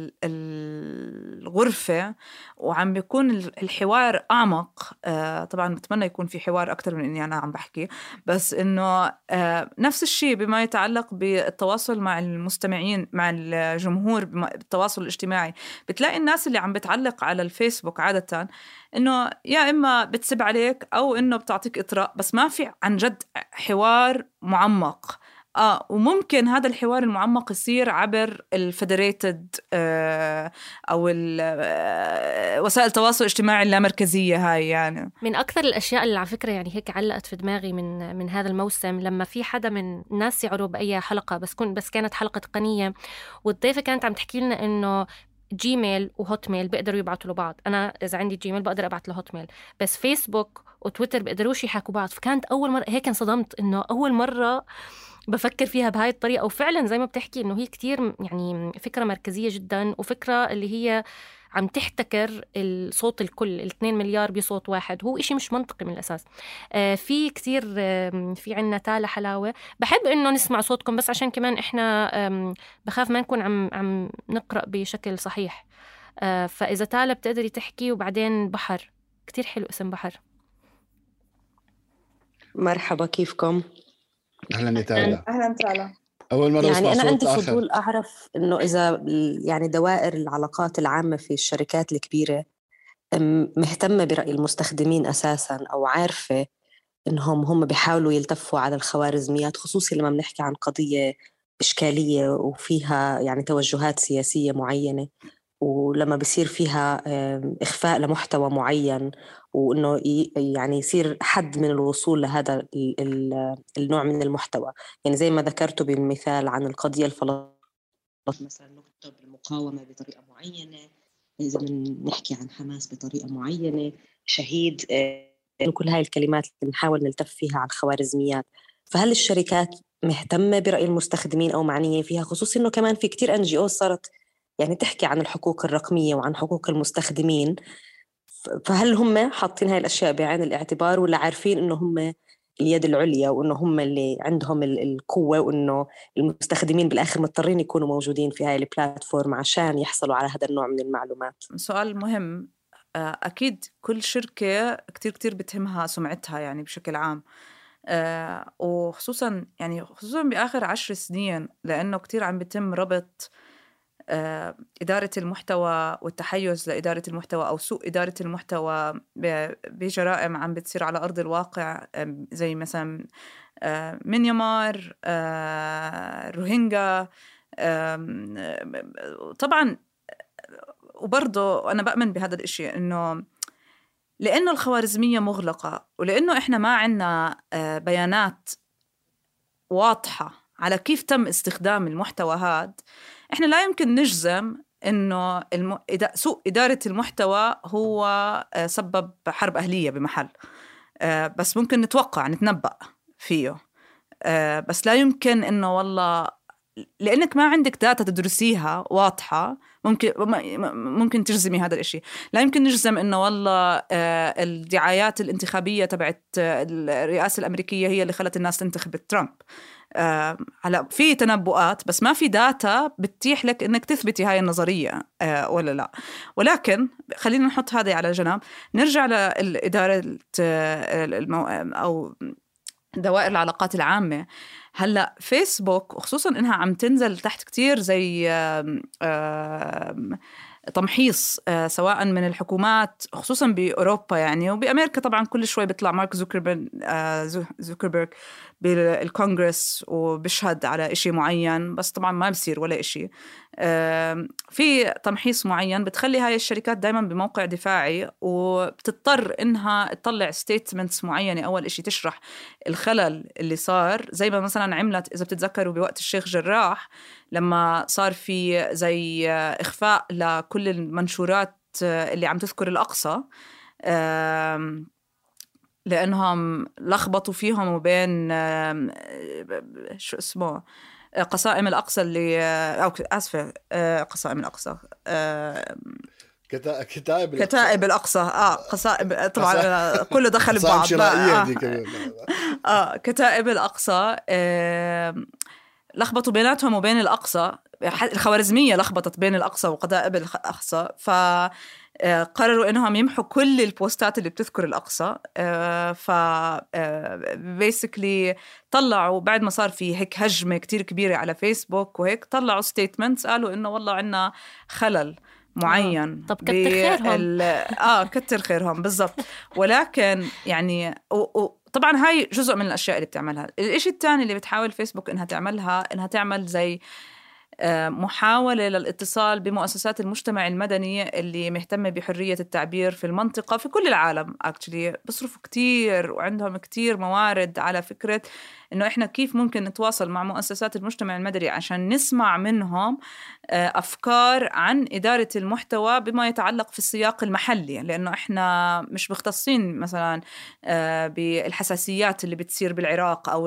الغرفة، وعم بيكون الحوار أعمق. طبعا بتمنى يكون في حوار أكتر من إني أنا عم بحكي، بس إنه نفس الشيء بما يتعلق بالتواصل مع المستمعين مع الجمهور بالتواصل الاجتماعي. بتلاقي الناس اللي عم بتعلق على الفيسبوك عادة إنه يا إما بتسب عليك أو إنه بتعطيك إطراء، بس ما في عن جد حوار معمق. وممكن هذا الحوار المعمق يصير عبر الفيدريتد أو وسائل التواصل الاجتماعي اللامركزية هاي. يعني من
أكثر الأشياء اللي على فكرة يعني هيك علقت في دماغي من هذا الموسم، لما في حدا من الناس يعرض بأي حلقة بس كانت حلقة تقنية، والضيفة كانت عم تحكي لنا إنه جيميل وهوت ميل بيقدروا يبعتوا لبعض. أنا إذا عندي جيميل بقدر أبعت لهوت ميل، بس فيسبوك وتويتر بيقدروش يحاكوا بعض. فكانت أول مرة هيك انصدمت إنه أول مرة بفكر فيها بهاي الطريقة. وفعلا زي ما بتحكي إنه هي كتير يعني فكرة مركزية جدا، وفكرة اللي هي عم تحتكر الصوت الكل، 2 مليار بصوت واحد، هو إشي مش منطقي من الأساس. في كتير في عنا تالا حلاوة، بحب إنه نسمع صوتكم، بس عشان كمان إحنا بخاف ما نكون عم نقرأ بشكل صحيح. فإذا تالا بتقدري تحكي، وبعدين بحر، كتير حلو اسم بحر.
مرحبا، كيفكم؟
أهلا تالا.
أهلا تالا.
أول مرة
يعني أنا
صوت
عندي
آخر.
فضول أعرف إنه إذا يعني دوائر العلاقات العامة في الشركات الكبيرة مهتمة برأي المستخدمين أساساً، أو عارفة إنهم هم بيحاولوا يلتفوا على الخوارزميات، خصوصي لما بنحكي عن قضية إشكالية وفيها يعني توجهات سياسية معينة، ولما بيصير فيها إخفاء لمحتوى معين، وإنه يعني يصير حد من الوصول لهذا النوع من المحتوى. يعني زي ما ذكرتوا بالمثال عن القضية الفلسطينية مثلا نكتب المقاومة بطريقة معينة، إذا نحكي عن حماس بطريقة معينة، شهيد، كل هاي الكلمات اللي بنحاول نلتف فيها على الخوارزميات. فهل الشركات مهتمة برأي المستخدمين أو معنية فيها؟ خصوصا إنه كمان في كتير NGO صارت يعني تحكي عن الحقوق الرقمية وعن حقوق المستخدمين. فهل هم حاطين هاي الأشياء بعين الاعتبار، ولا عارفين إنه هم اليد العليا وإنه هم اللي عندهم القوة، وإنه المستخدمين بالآخر مضطرين يكونوا موجودين في هاي البلاتفورم عشان يحصلوا على هذا النوع من المعلومات؟
سؤال مهم. أكيد كل شركة كتير بتهمها سمعتها يعني بشكل عام، وخصوصا يعني خصوصا بآخر 10 سنين، لأنه كتير عم بيتم ربط إدارة المحتوى والتحيز لإدارة المحتوى أو سوء إدارة المحتوى بجرائم عم بتصير على أرض الواقع، زي مثلا ميانمار، روهينجا. طبعا وبرضه أنا بأمن بهذا الإشي، إنه لأنه الخوارزمية مغلقة، ولأنه إحنا ما عنا بيانات واضحة على كيف تم استخدام المحتوى هاد، إحنا لا يمكن نجزم إنه سوء إدارة المحتوى هو سبب حرب أهلية بمحل، بس ممكن نتوقع نتنبأ فيه، بس لا يمكن إنه والله لأنك ما عندك داتا تدرسيها واضحة ممكن تجزمي هذا الإشي. لا يمكن نجزم إنه والله الدعايات الانتخابية تبعت الرئاسة الأمريكية هي اللي خلت الناس تنتخب ترامب. هلا في تنبؤات بس ما في داتا بتتيح لك إنك تثبتي هاي النظرية ولا لا. ولكن خلينا نحط هذا على جنب، نرجع لإدارة أو دوائر العلاقات العامة. هلأ فيسبوك وخصوصاً إنها عم تنزل تحت كتير زي تمحيص سواء من الحكومات خصوصاً بأوروبا يعني، وبأمريكا طبعاً كل شوي بيطلع مارك زوكربيرغ بالكونغرس وبيشهد على إشي معين، بس طبعاً ما بصير ولا إشي. في تمحيص معين بتخلي هاي الشركات دايماً بموقع دفاعي، وبتضطر إنها تطلع ستيتمنتس معينة أول إشي تشرح الخلل اللي صار، زي ما مثلاً عملت إذا بتتذكروا بوقت الشيخ جراح لما صار في زي إخفاء لكل المنشورات اللي عم تذكر الأقصى، لأنهم لخبطوا فيهم وبين شو اسمه قصائم الأقصى اللي أو آسفة قصائم الأقصى كتائب الأقصى قصائم طبعا كله دخل ببعض كتائب الأقصى لخبطوا بيناتهم وبين الأقصى. الخوارزمية لخبطت بين الأقصى وقتائب الأقصى، فقرروا إنهم يمحوا كل البوستات اللي بتذكر الأقصى. basically طلعوا بعد ما صار في هيك هجمة كتير كبيرة على فيسبوك وهيك، طلعوا statements قالوا إنه والله عنا خلل معين.
طب كتر خيرهم.
كتر خيرهم بالضبط. ولكن يعني طبعا هاي جزء من الأشياء اللي بتعملها. الإشي الثاني اللي بتحاول فيسبوك إنها تعمل زي محاولة للاتصال بمؤسسات المجتمع المدني اللي مهتمة بحرية التعبير في المنطقة في كل العالم. actually بصرفوا كتير وعندهم كتير موارد على فكرة إنه إحنا كيف ممكن نتواصل مع مؤسسات المجتمع المدني عشان نسمع منهم أفكار عن إدارة المحتوى بما يتعلق في السياق المحلي، لأنه إحنا مش مختصين مثلا بالحساسيات اللي بتصير بالعراق أو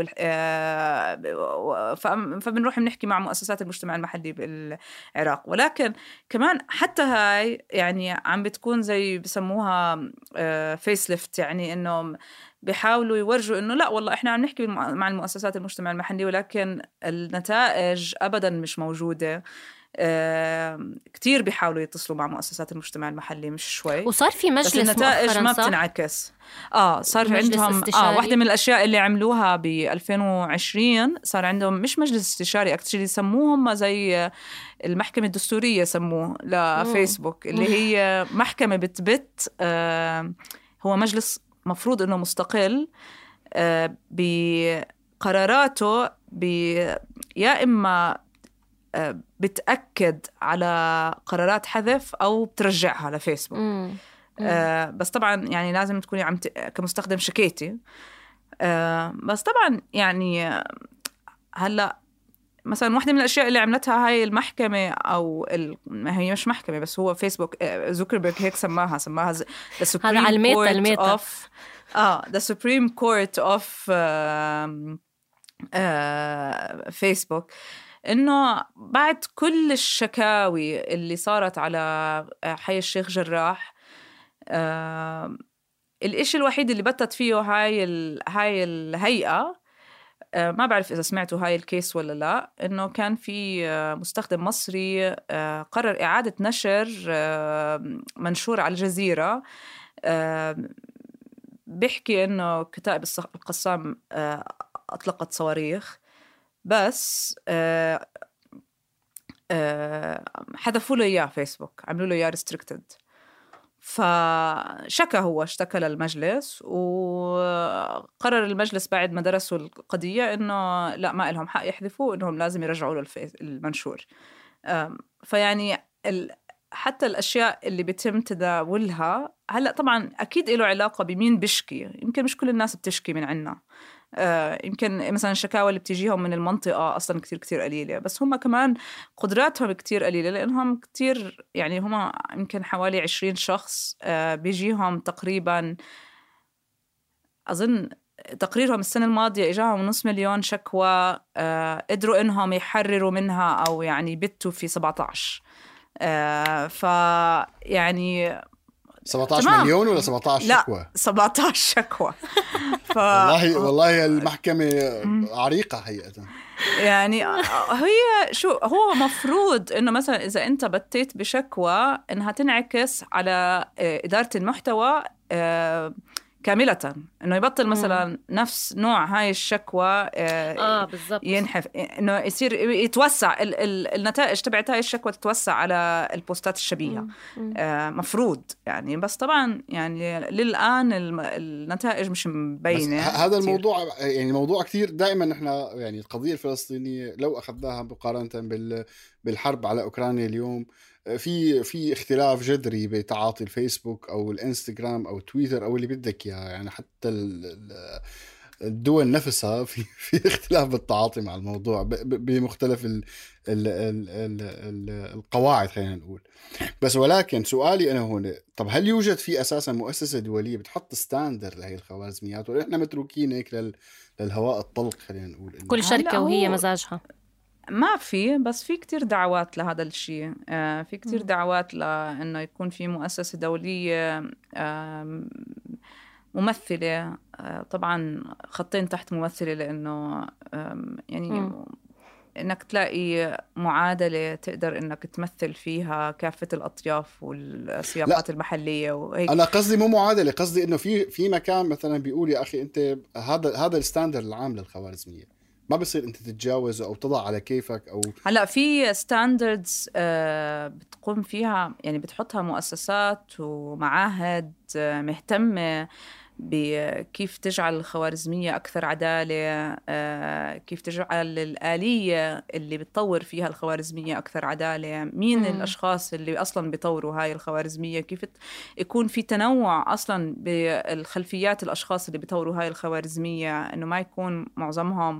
فبنروح بنحكي مع مؤسسات المجتمع المحلي بالعراق. ولكن كمان حتى هاي يعني عم بتكون زي بسموها فيس ليفت، يعني إنه بيحاولوا يورجوا إنه لا والله إحنا عم نحكي مع المؤسسات المجتمع المحلي، ولكن النتائج أبداً مش موجودة. كتير بيحاولوا يتصلوا مع مؤسسات المجتمع المحلي مش شوي،
وصار في مجلس
بس النتائج ما بتنعكس. صار عندهم واحدة من الأشياء اللي عملوها ب 2020 صار عندهم مش مجلس استشاري أكتشلي يسموهم زي المحكمة الدستورية سموه لفيسبوك، اللي هي محكمة بتبت هو مجلس مفروض إنه مستقل بقراراته يا إما بتأكد على قرارات حذف أو بترجعها لفيسبوك. بس طبعا يعني لازم تكوني كمستخدم شكيتي. بس طبعا يعني هلأ مثلا واحدة من الأشياء اللي عملتها هاي المحكمة أو هي مش محكمة بس هو فيسبوك زوكربيرج هيك سماها the Supreme Court of the Supreme Court of فيسبوك، إنه بعد كل الشكاوي اللي صارت على حي الشيخ جراح، الإشي الوحيد اللي بتت فيه هاي الهيئة، ما بعرف إذا سمعتوا هاي الكيس ولا لا، إنه كان في مستخدم مصري قرر إعادة نشر منشور على الجزيرة بيحكي إنه كتائب القسام أطلقت صواريخ، بس حذفوا له إياه فيسبوك، عملوا له إياه restricted. اشتكى للمجلس، وقرر المجلس بعد ما درسوا القضية إنه لا، ما لهم حق يحذفوا، إنهم لازم يرجعوا له المنشور. فيعني حتى الأشياء اللي بيتم تداولها هلأ طبعا أكيد له علاقة بمين بشكي. يمكن مش كل الناس بتشكي من عنا، يمكن مثلا الشكاوى اللي بتجيهم من المنطقة أصلا كتير قليلة، بس هم كمان قدراتهم كتير قليلة، لأنهم كتير يعني هم يمكن حوالي 20 شخص بيجيهم تقريبا، أظن تقريرهم السنة الماضية إجاهم 500,000 شكوى، قدروا إنهم يحرروا منها أو يعني بتوا في 17. فيعني
17 مليون ولا 17 شكوى؟
لا 17 شكوى.
والله المحكمة عريقة هيئة.
يعني هو مفروض إنه مثلا إذا أنت بتيت بشكوى إنها تنعكس على إدارة المحتوى كاملة، إنه يبطل مثلا نفس نوع هاي الشكوى
بالضبط،
ينحف، إنه يصير يتوسع النتائج تبعت هاي الشكوى تتوسع على البوستات الشبيهة. مفروض يعني، بس طبعا يعني للآن النتائج مش مبينة.
هذا الموضوع يعني موضوع كتير دائما نحن يعني القضية الفلسطينية لو أخذناها مقارنة بالحرب على أوكرانيا اليوم، في اختلاف جذري بتعاطي الفيسبوك أو الانستغرام أو تويتر أو اللي بدك يعني حتى الدول نفسها في اختلاف بالتعاطي مع الموضوع بمختلف القواعد خلينا نقول. بس ولكن سؤالي أنا هنا، طب هل يوجد في أساسا مؤسسة دولية بتحط ستاندر لهي الخوارزميات، ولا إحنا متروكين هيك للهواء الطلق خلينا نقول؟
كل شركة وهي مزاجها.
ما في، بس في كتير دعوات لهذا الشيء. في كتير دعوات لأنه يكون في مؤسسة دولية ممثلة، طبعا خطين تحت ممثلة، لأنه يعني إنك تلاقي معادلة تقدر إنك تمثل فيها كافة الأطياف والسياقات المحلية وهيك.
أنا قصدي مو معادلة، قصدي إنه في مكان مثلا بيقول يا أخي أنت هذا الستاندر العام للخوارزمية، ما بصير أنت تتجاوزه أو تضع على كيفك. أو
هلأ في ستاندردز بتقوم فيها، يعني بتحطها مؤسسات ومعاهد مهتمة بكيف تجعل الخوارزمية أكثر عدالة، كيف تجعل الآلية اللي بتطور فيها الخوارزمية أكثر عدالة، مين الأشخاص اللي أصلاً بيطوروا هاي الخوارزمية، كيف يكون في تنوع أصلاً بالخلفيات الأشخاص اللي بيطوروا هاي الخوارزمية، إنه ما يكون معظمهم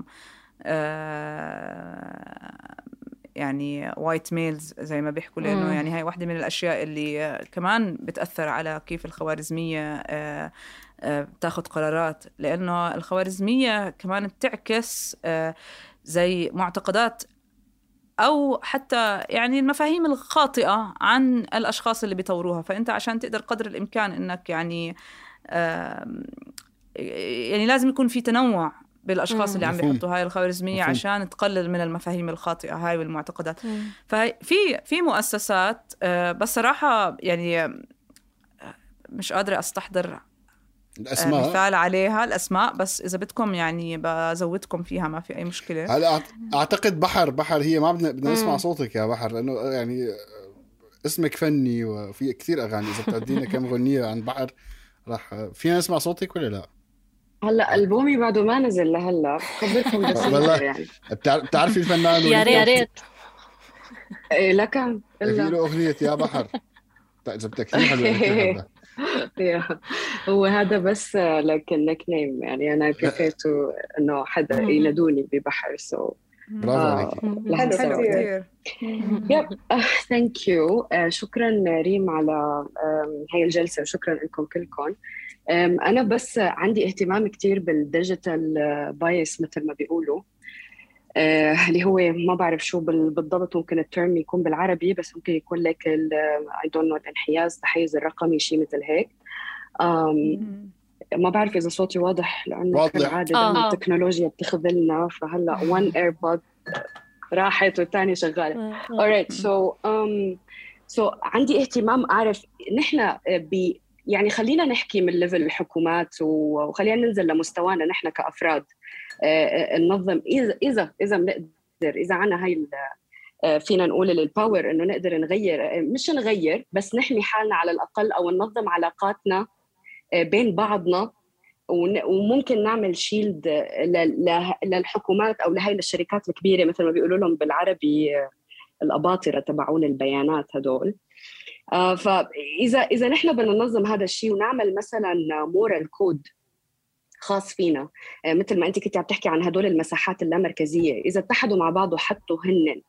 يعني وايت ميلز زي ما بيحكوا، لأنه يعني هاي واحدة من الأشياء اللي كمان بتأثر على كيف الخوارزمية بتاخد قرارات، لأنه الخوارزمية كمان بتعكس زي معتقدات أو حتى يعني المفاهيم الخاطئة عن الأشخاص اللي بيطوروها. فأنت عشان تقدر قدر الإمكان إنك يعني لازم يكون في تنوع بالأشخاص اللي عم بيحطوا هاي الخوارزمية عشان تقلل من المفاهيم الخاطئة هاي والمعتقدات. في مؤسسات، بس صراحة يعني مش قادرة أستحضر
الأسماء
مثال عليها الأسماء، بس إذا بدكم يعني بزودكم فيها، ما في أي مشكلة.
هلا أعتقد بحر هي ما بدنا نسمع صوتك يا بحر، لأنه يعني اسمك فني وفي كثير أغاني، إذا بتعدينا كم غنية عن بحر راح فينا نسمع صوتك ولا لا؟
هلا ألبومي بعده ما نزل لهلا، خبركم بس يعني
بتعرفي الفنان
يا ريت
إيه لكن
في له أغنية يا بحر إذا بدك كثير حلوة.
هو هذا بس لك نيم، يعني أنا بريفيرتو إنه حدا ينادوني ببحر،
برافو عليكي.
حلو كتير.
ثانك يو. شكرا ريم على هاي الجلسة، وشكرا لكم كلكم. أنا بس عندي اهتمام كتير بالديجيتال بايس مثل ما بيقولوا، اللي هو ما بعرف شو بالضبط، ممكن الترم يكون بالعربي، بس ممكن يكون لك I don't know الانحياز، تحيز الرقمي، شيء مثل هيك. ما بعرف إذا صوتي واضح، لأنه كالعادة التكنولوجيا بتخذلنا، فهلأ one AirPod راحت والتانية شغالة. alright, so عندي اهتمام أعرف نحن يعني خلينا نحكي من ليفل الحكومات، وخلينا ننزل لمستوانا نحن كأفراد، ننظم إذا بنقدر، إذا عنا هاي فينا نقول الباور إنه نقدر نغير، مش نغير بس نحمي حالنا على الأقل، أو ننظم علاقاتنا بين بعضنا، وممكن نعمل شيلد للحكومات أو لهاي الشركات الكبيرة مثل ما بيقولوا لهم بالعربي الأباطرة تبعون البيانات هدول. فإذا نحن بدنا ننظم هذا الشيء ونعمل مثلا مورال كود خاص فينا، مثل ما أنت كنت عم تحكي عن هدول المساحات اللامركزية، إذا اتحدوا مع بعض وحطوا هن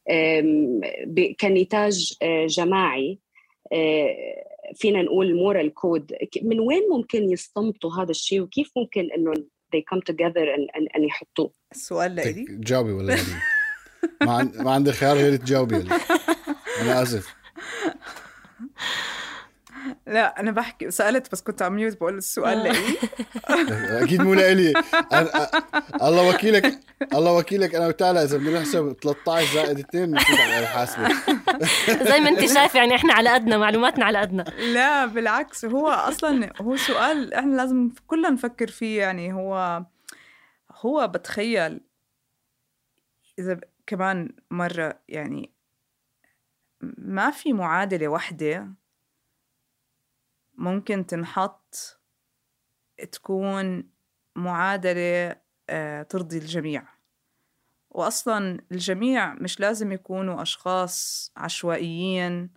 كنتاج جماعي، فينا نقول مورال كود، من وين ممكن يستنبطوا هذا الشيء، وكيف ممكن إنه they come together أن يحطوه؟
السؤال لإلي
جاوبي ولا يعني ما عندي خيار غير تجاوبي يعني. أنا آسف.
لا أنا بحكي سألت بس كنت عم ميوت، بقول السؤال لإلي.
أكيد مو لإلي. الله وكيلك أنا وتعالى إذا بدنا نحسب 13 زائد 2 نفوت على الحاسبة.
زي ما أنت شايف يعني إحنا على قدنا، معلوماتنا على قدنا.
لا بالعكس، هو أصلاً هو سؤال إحنا لازم كلنا نفكر فيه. يعني هو بتخيل إذا كمان مرة يعني ما في معادلة واحدة ممكن تنحط تكون معادلة ترضي الجميع. وأصلاً الجميع مش لازم يكونوا أشخاص عشوائيين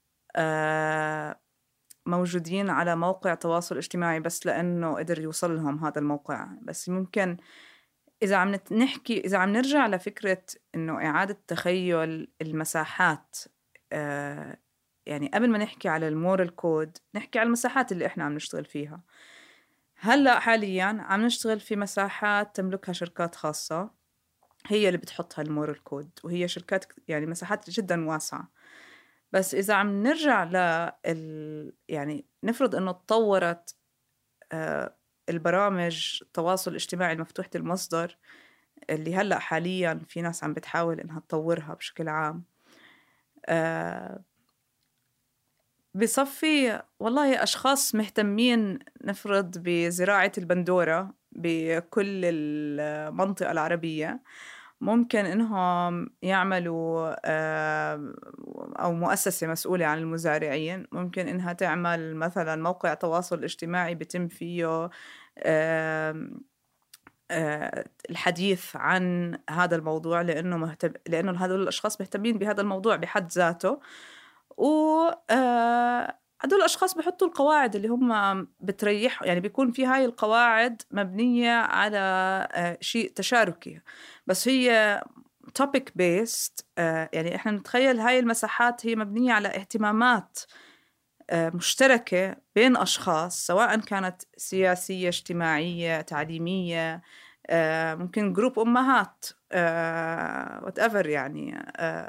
موجودين على موقع تواصل اجتماعي بس لأنه قدر يوصل لهم هذا الموقع. بس ممكن إذا عم نرجع لفكرة إنه إعادة تخيل المساحات، يعني قبل ما نحكي على المورال كود نحكي على المساحات اللي إحنا عم نشتغل فيها. هلأ حالياً عم نشتغل في مساحات تملكها شركات خاصة، هي اللي بتحطها المورال كود، وهي شركات يعني مساحات جداً واسعة. بس إذا عم نرجع يعني نفرض إنه تطورت البرامج التواصل الاجتماعي المفتوحة المصدر اللي هلأ حالياً في ناس عم بتحاول إنها تطورها بشكل عام، بصفي والله أشخاص مهتمين نفرض بزراعة البندورة بكل المنطقة العربية، ممكن إنهم يعملوا أو مؤسسة مسؤولة عن المزارعين ممكن إنها تعمل مثلا موقع تواصل اجتماعي بتم فيه الحديث عن هذا الموضوع، لأنه هذول الأشخاص مهتمين بهذا الموضوع بحد ذاته. هذول الأشخاص بيحطوا القواعد اللي هم بتريح، يعني بيكون في هاي القواعد مبنية على شيء تشاركي، بس هي topic based. يعني إحنا نتخيل هاي المساحات هي مبنية على اهتمامات مشتركة بين أشخاص، سواء كانت سياسية، اجتماعية، تعليمية، ممكن جروب أمهات whatever، يعني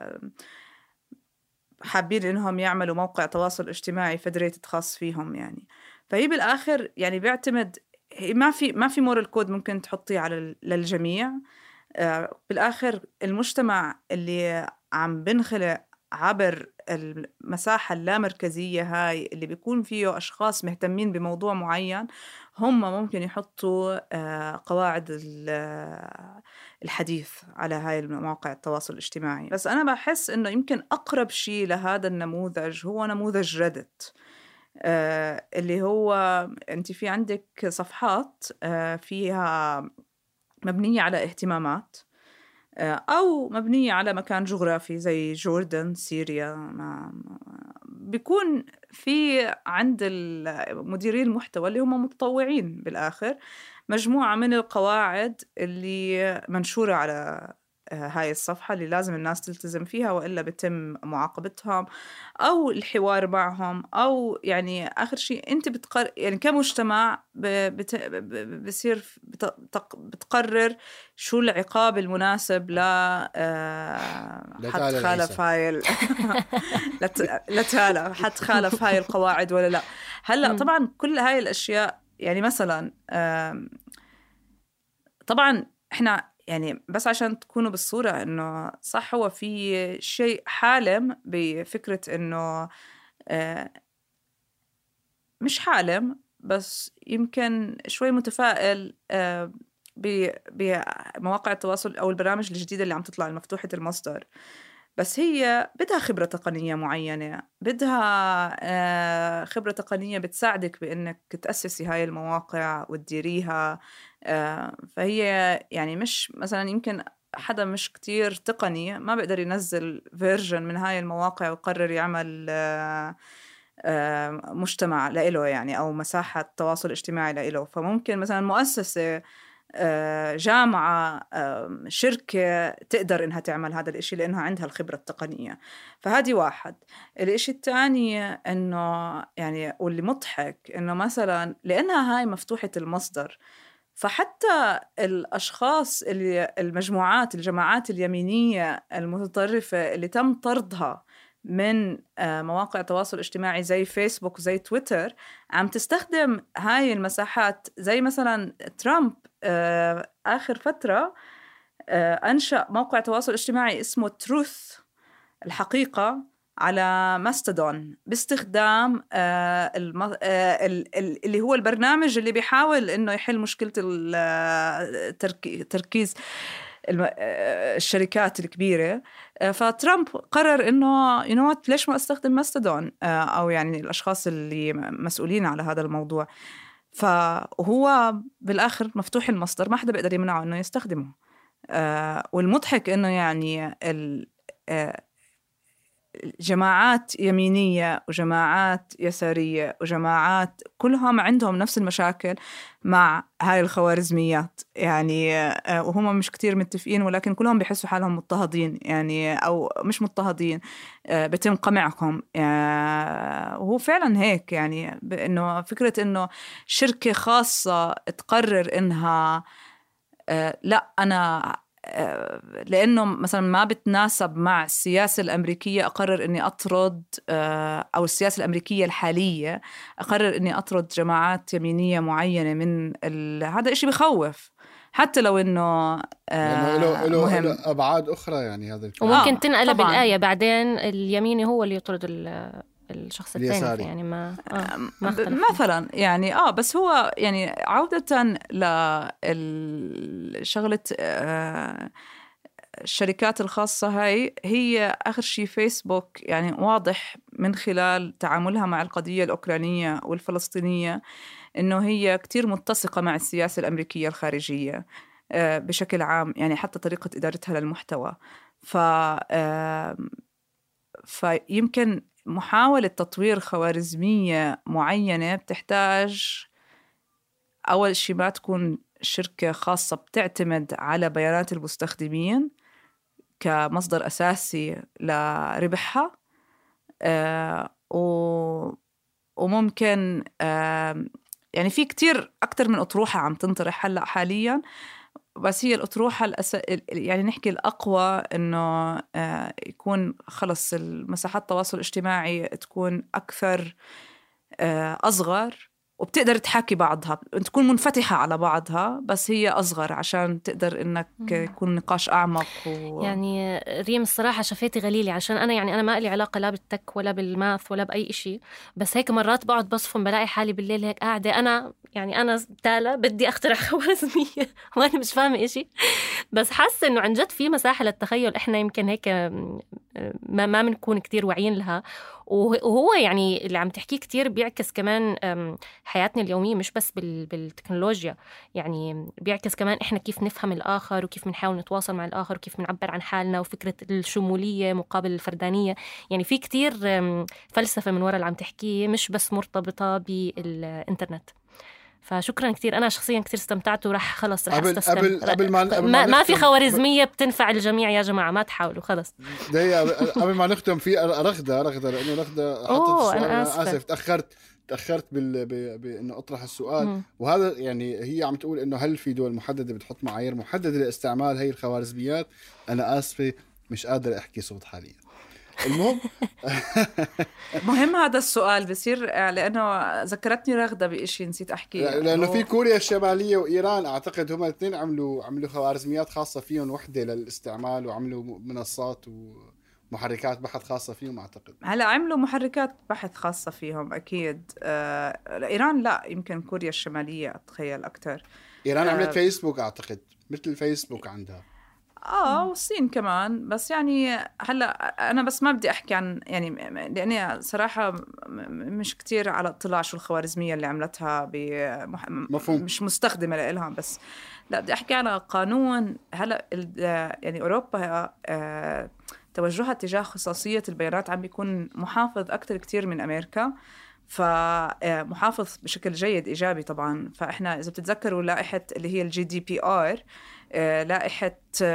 حابين إنهم يعملوا موقع تواصل اجتماعي فدريت خاص فيهم يعني. فهي بالآخر يعني بيعتمد، ما في مورال كود ممكن تحطيه على للجميع. بالآخر المجتمع اللي عم بنخلق عبر المساحة اللامركزية هاي اللي بيكون فيه أشخاص مهتمين بموضوع معين، هم ممكن يحطوا قواعد الحديث على هاي المواقع التواصل الاجتماعي. بس أنا بحس إنه يمكن أقرب شيء لهذا النموذج هو نموذج ريدت، اللي هو أنت في عندك صفحات فيها مبنية على اهتمامات أو مبنية على مكان جغرافي زي جوردن، سوريا. بيكون في عند مديري المحتوى اللي هم متطوعين بالآخر مجموعة من القواعد اللي منشورة على هاي الصفحة اللي لازم الناس تلتزم فيها وإلا بتم معاقبتهم أو الحوار معهم، أو يعني آخر شيء أنت يعني كمجتمع بصير بتقرر شو العقاب المناسب حد خالف هاي حد خالف هاي القواعد ولا لا. هلأ طبعا كل هاي الأشياء يعني مثلا طبعا احنا يعني بس عشان تكونوا بالصورة انه صح، هو في شيء حالم بفكرة انه مش حالم بس يمكن شوي متفائل بمواقع التواصل او البرامج الجديدة اللي عم تطلع المفتوحة المصدر. بس هي بدها خبرة تقنية معينة، بدها خبرة تقنية بتساعدك بأنك تأسسي هاي المواقع وتديريها. فهي يعني مش مثلا يمكن حدا مش كتير تقني ما بيقدر ينزل فيرجن من هاي المواقع ويقرر يعمل مجتمع لإله يعني أو مساحة تواصل اجتماعي لإله. فممكن مثلا مؤسسة، جامعة، شركة تقدر إنها تعمل هذا الإشي لأنها عندها الخبرة التقنية. فهذه واحد. الإشي الثاني إنه يعني واللي مضحك إنه مثلا لأنها هاي مفتوحة المصدر، فحتى الأشخاص المجموعات الجماعات اليمينية المتطرفة اللي تم طردها من مواقع التواصل الاجتماعي زي فيسبوك وزي تويتر عم تستخدم هاي المساحات. زي مثلا ترامب آخر فترة أنشأ موقع تواصل اجتماعي اسمه تروث الحقيقة على ماستودون باستخدام اللي هو البرنامج اللي بيحاول إنه يحل مشكلة تركيز الشركات الكبيرة. فترامب قرر إنه ليش ما أستخدم ماستودون أو يعني الأشخاص اللي مسؤولين على هذا الموضوع. فهو بالآخر مفتوح المصدر، ما حدا بيقدر يمنعه إنه يستخدمه. والمضحك إنه يعني جماعات يمينية وجماعات يسارية وجماعات كلهم عندهم نفس المشاكل مع هاي الخوارزميات يعني، وهم مش كتير متفقين ولكن كلهم بيحسوا حالهم مضطهدين يعني، أو مش مضطهدين، بتم قمعهم. وهو فعلا هيك يعني، إنه فكرة إنه شركة خاصة تقرر إنها لا أنا لأنه مثلا ما بتناسب مع السياسة الأمريكية أقرر أني أطرد، أو السياسة الأمريكية الحالية أقرر أني أطرد جماعات يمينية معينة من هذا إشي بخوف، حتى لو إنه
له أبعاد أخرى يعني. هذا
وممكن تنقلب الآية بعدين اليميني هو اللي يطرد الشخص الثاني يعني ما
مثلا يعني بس هو يعني عودة لشغلة الشركات الخاصة هي آخر شيء فيسبوك يعني واضح من خلال تعاملها مع القضية الأوكرانية والفلسطينية إنه هي كتير متسقة مع السياسة الأمريكية الخارجية بشكل عام يعني، حتى طريقة إدارتها للمحتوى. فيمكن محاولة تطوير خوارزمية معينة بتحتاج أول شيء ما تكون شركة خاصة بتعتمد على بيانات المستخدمين كمصدر أساسي لربحها، وممكن يعني في كتير أكتر من أطروحة عم تنطرح هلأ حالياً، بس هي الأطروحة يعني نحكي الأقوى إنه يكون خلص المساحات التواصل الاجتماعي تكون أكثر أصغر وبتقدر تحاكي بعضها، تكون منفتحة على بعضها بس هي أصغر عشان تقدر إنك يكون نقاش أعمق
يعني ريم الصراحة شفيتي غليلي، عشان أنا ما لي علاقة لا بالتك ولا بالماث ولا بأي إشي، بس هيك مرات بقعد بصفن بلاقي حالي بالليل هيك قاعدة أنا تالا بدي أخترع خوارزمية وأنا مش فاهمة إشي، بس حاسة إنه عن جد في مساحة للتخيل. إحنا يمكن هيك ما بنكون كتير واعيين لها، وهو يعني اللي عم تحكيه كتير بيعكس كمان حياتنا اليومية، مش بس بالتكنولوجيا، يعني بيعكس كمان إحنا كيف نفهم الآخر وكيف بنحاول نتواصل مع الآخر وكيف بنعبر عن حالنا، وفكرة الشمولية مقابل الفردانية. يعني في كتير فلسفة من وراء اللي عم تحكيه، مش بس مرتبطة بالإنترنت. فشكرا كتير، أنا شخصيا كتير استمتعت وراح خلص رح
أستسلم. قبل
ما في خوارزمية بتنفع الجميع يا جماعة، ما تحاولوا خلص.
قبل ما نختم في رغدة لأنه رغدة حطت السؤال. أنا آسف تأخرت بأنه أطرح السؤال. وهذا يعني هي عم تقول إنه هل في دول محددة بتحط معايير محددة لاستعمال هاي الخوارزميات؟ أنا آسفة مش قادر أحكي صوت حاليا. المهم
مهم هذا السؤال بصير، لأنه ذكرتني رغدة بإشي نسيت أحكي.
لأنه في كوريا الشمالية وإيران أعتقد هما الاثنين عملوا خوارزميات خاصة فيهم، وحدة للاستعمال، وعملوا منصات ومحركات بحث خاصة فيهم أعتقد.
هلا عملوا محركات بحث خاصة فيهم أكيد. إيران لا، يمكن كوريا الشمالية أتخيل أكتر.
إيران عملت فيسبوك أعتقد، مثل فيسبوك عندها.
والصين كمان. بس يعني هلا انا بس ما بدي احكي عن يعني، لاني صراحه مش كتير على اطلاع شو الخوارزميه اللي عملتها مش مستخدمه لها. بس لا، بدي احكي على قانون. هلا يعني اوروبا توجهها تجاه خصوصيه البيانات عم بيكون محافظ اكتر كتير من امريكا، فمحافظ بشكل جيد إيجابي طبعا. فإحنا إذا بتتذكروا لائحة اللي هي GDPR، لائحة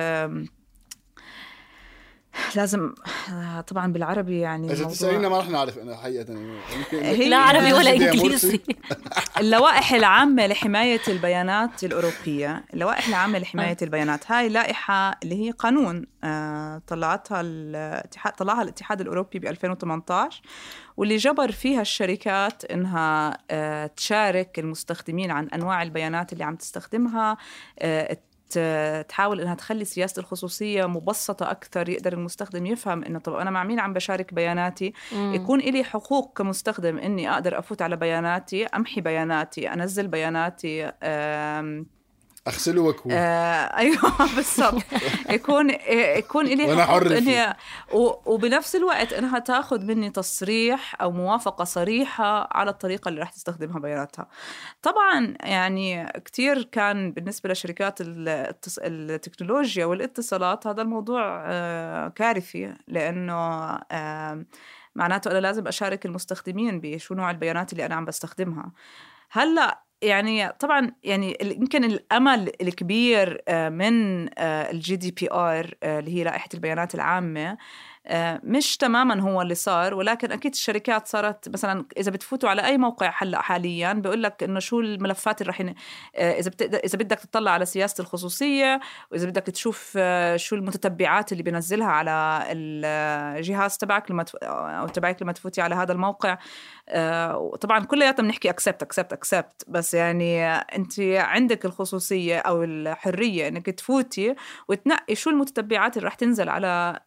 لازم طبعا بالعربي يعني
إذا تسألينا ما رح نعرف أنا حقيقة
لا عربي ولا إنجليزي.
اللوائح العامة لحماية البيانات الأوروبية، اللوائح العامة لحماية البيانات، هاي لائحة اللي هي قانون طلعها الاتحاد الأوروبي ب2018، واللي جبر فيها الشركات إنها تشارك المستخدمين عن أنواع البيانات اللي عم تستخدمها، تحاول إنها تخلي سياسة الخصوصية مبسطة أكثر، يقدر المستخدم يفهم إنه طب أنا مع مين عم بشارك بياناتي، يكون إلي حقوق كمستخدم إني أقدر أفوت على بياناتي، أمحي بياناتي، أنزل بياناتي،
أغسله وأكوه.
أيوة بالضبط. يكون إلي حقوق وبنفس الوقت إنها تأخذ مني تصريح أو موافقة صريحة على الطريقة اللي راح تستخدمها بياناتها. طبعا يعني كتير كان بالنسبة لشركات التكنولوجيا والاتصالات هذا الموضوع كارثي، لأنه معناته أنا لازم أشارك المستخدمين بشو نوع البيانات اللي أنا عم بستخدمها. هلأ يعني طبعا يعني يمكن الأمل الكبير من GDPR اللي هي لائحة البيانات العامة مش تماما هو اللي صار، ولكن أكيد الشركات صارت مثلا إذا بتفوتوا على أي موقع حاليا بيقول لك إنه شو الملفات اللي راح إذا بدك تطلع على سياسة الخصوصية، وإذا بدك تشوف شو المتتبعات اللي بنزلها على الجهاز تبعك لما تفوتي على هذا الموقع. طبعا كلياتنا بنحكي accept بس يعني أنت عندك الخصوصية أو الحرية إنك تفوتي وتنقي شو المتتبعات اللي راح تنزل على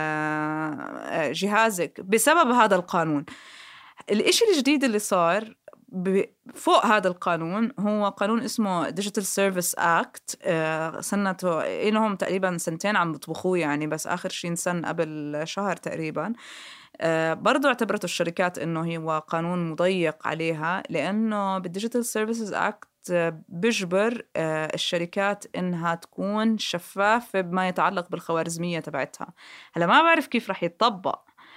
جهازك بسبب هذا القانون. الإشي الجديد اللي صار فوق هذا القانون هو قانون اسمه Digital Service Act. سنته إنهم تقريبا سنتين عم بطبخوه يعني، بس آخر شيء سن قبل شهر تقريبا. برضو اعتبرته الشركات إنه هو قانون مضيق عليها، لأنه بالديجيتال سيرفيسز أكت بيجبر الشركات إنها تكون شفافة بما يتعلق بالخوارزمية تبعتها. هلا ما بعرف كيف رح يتطبق.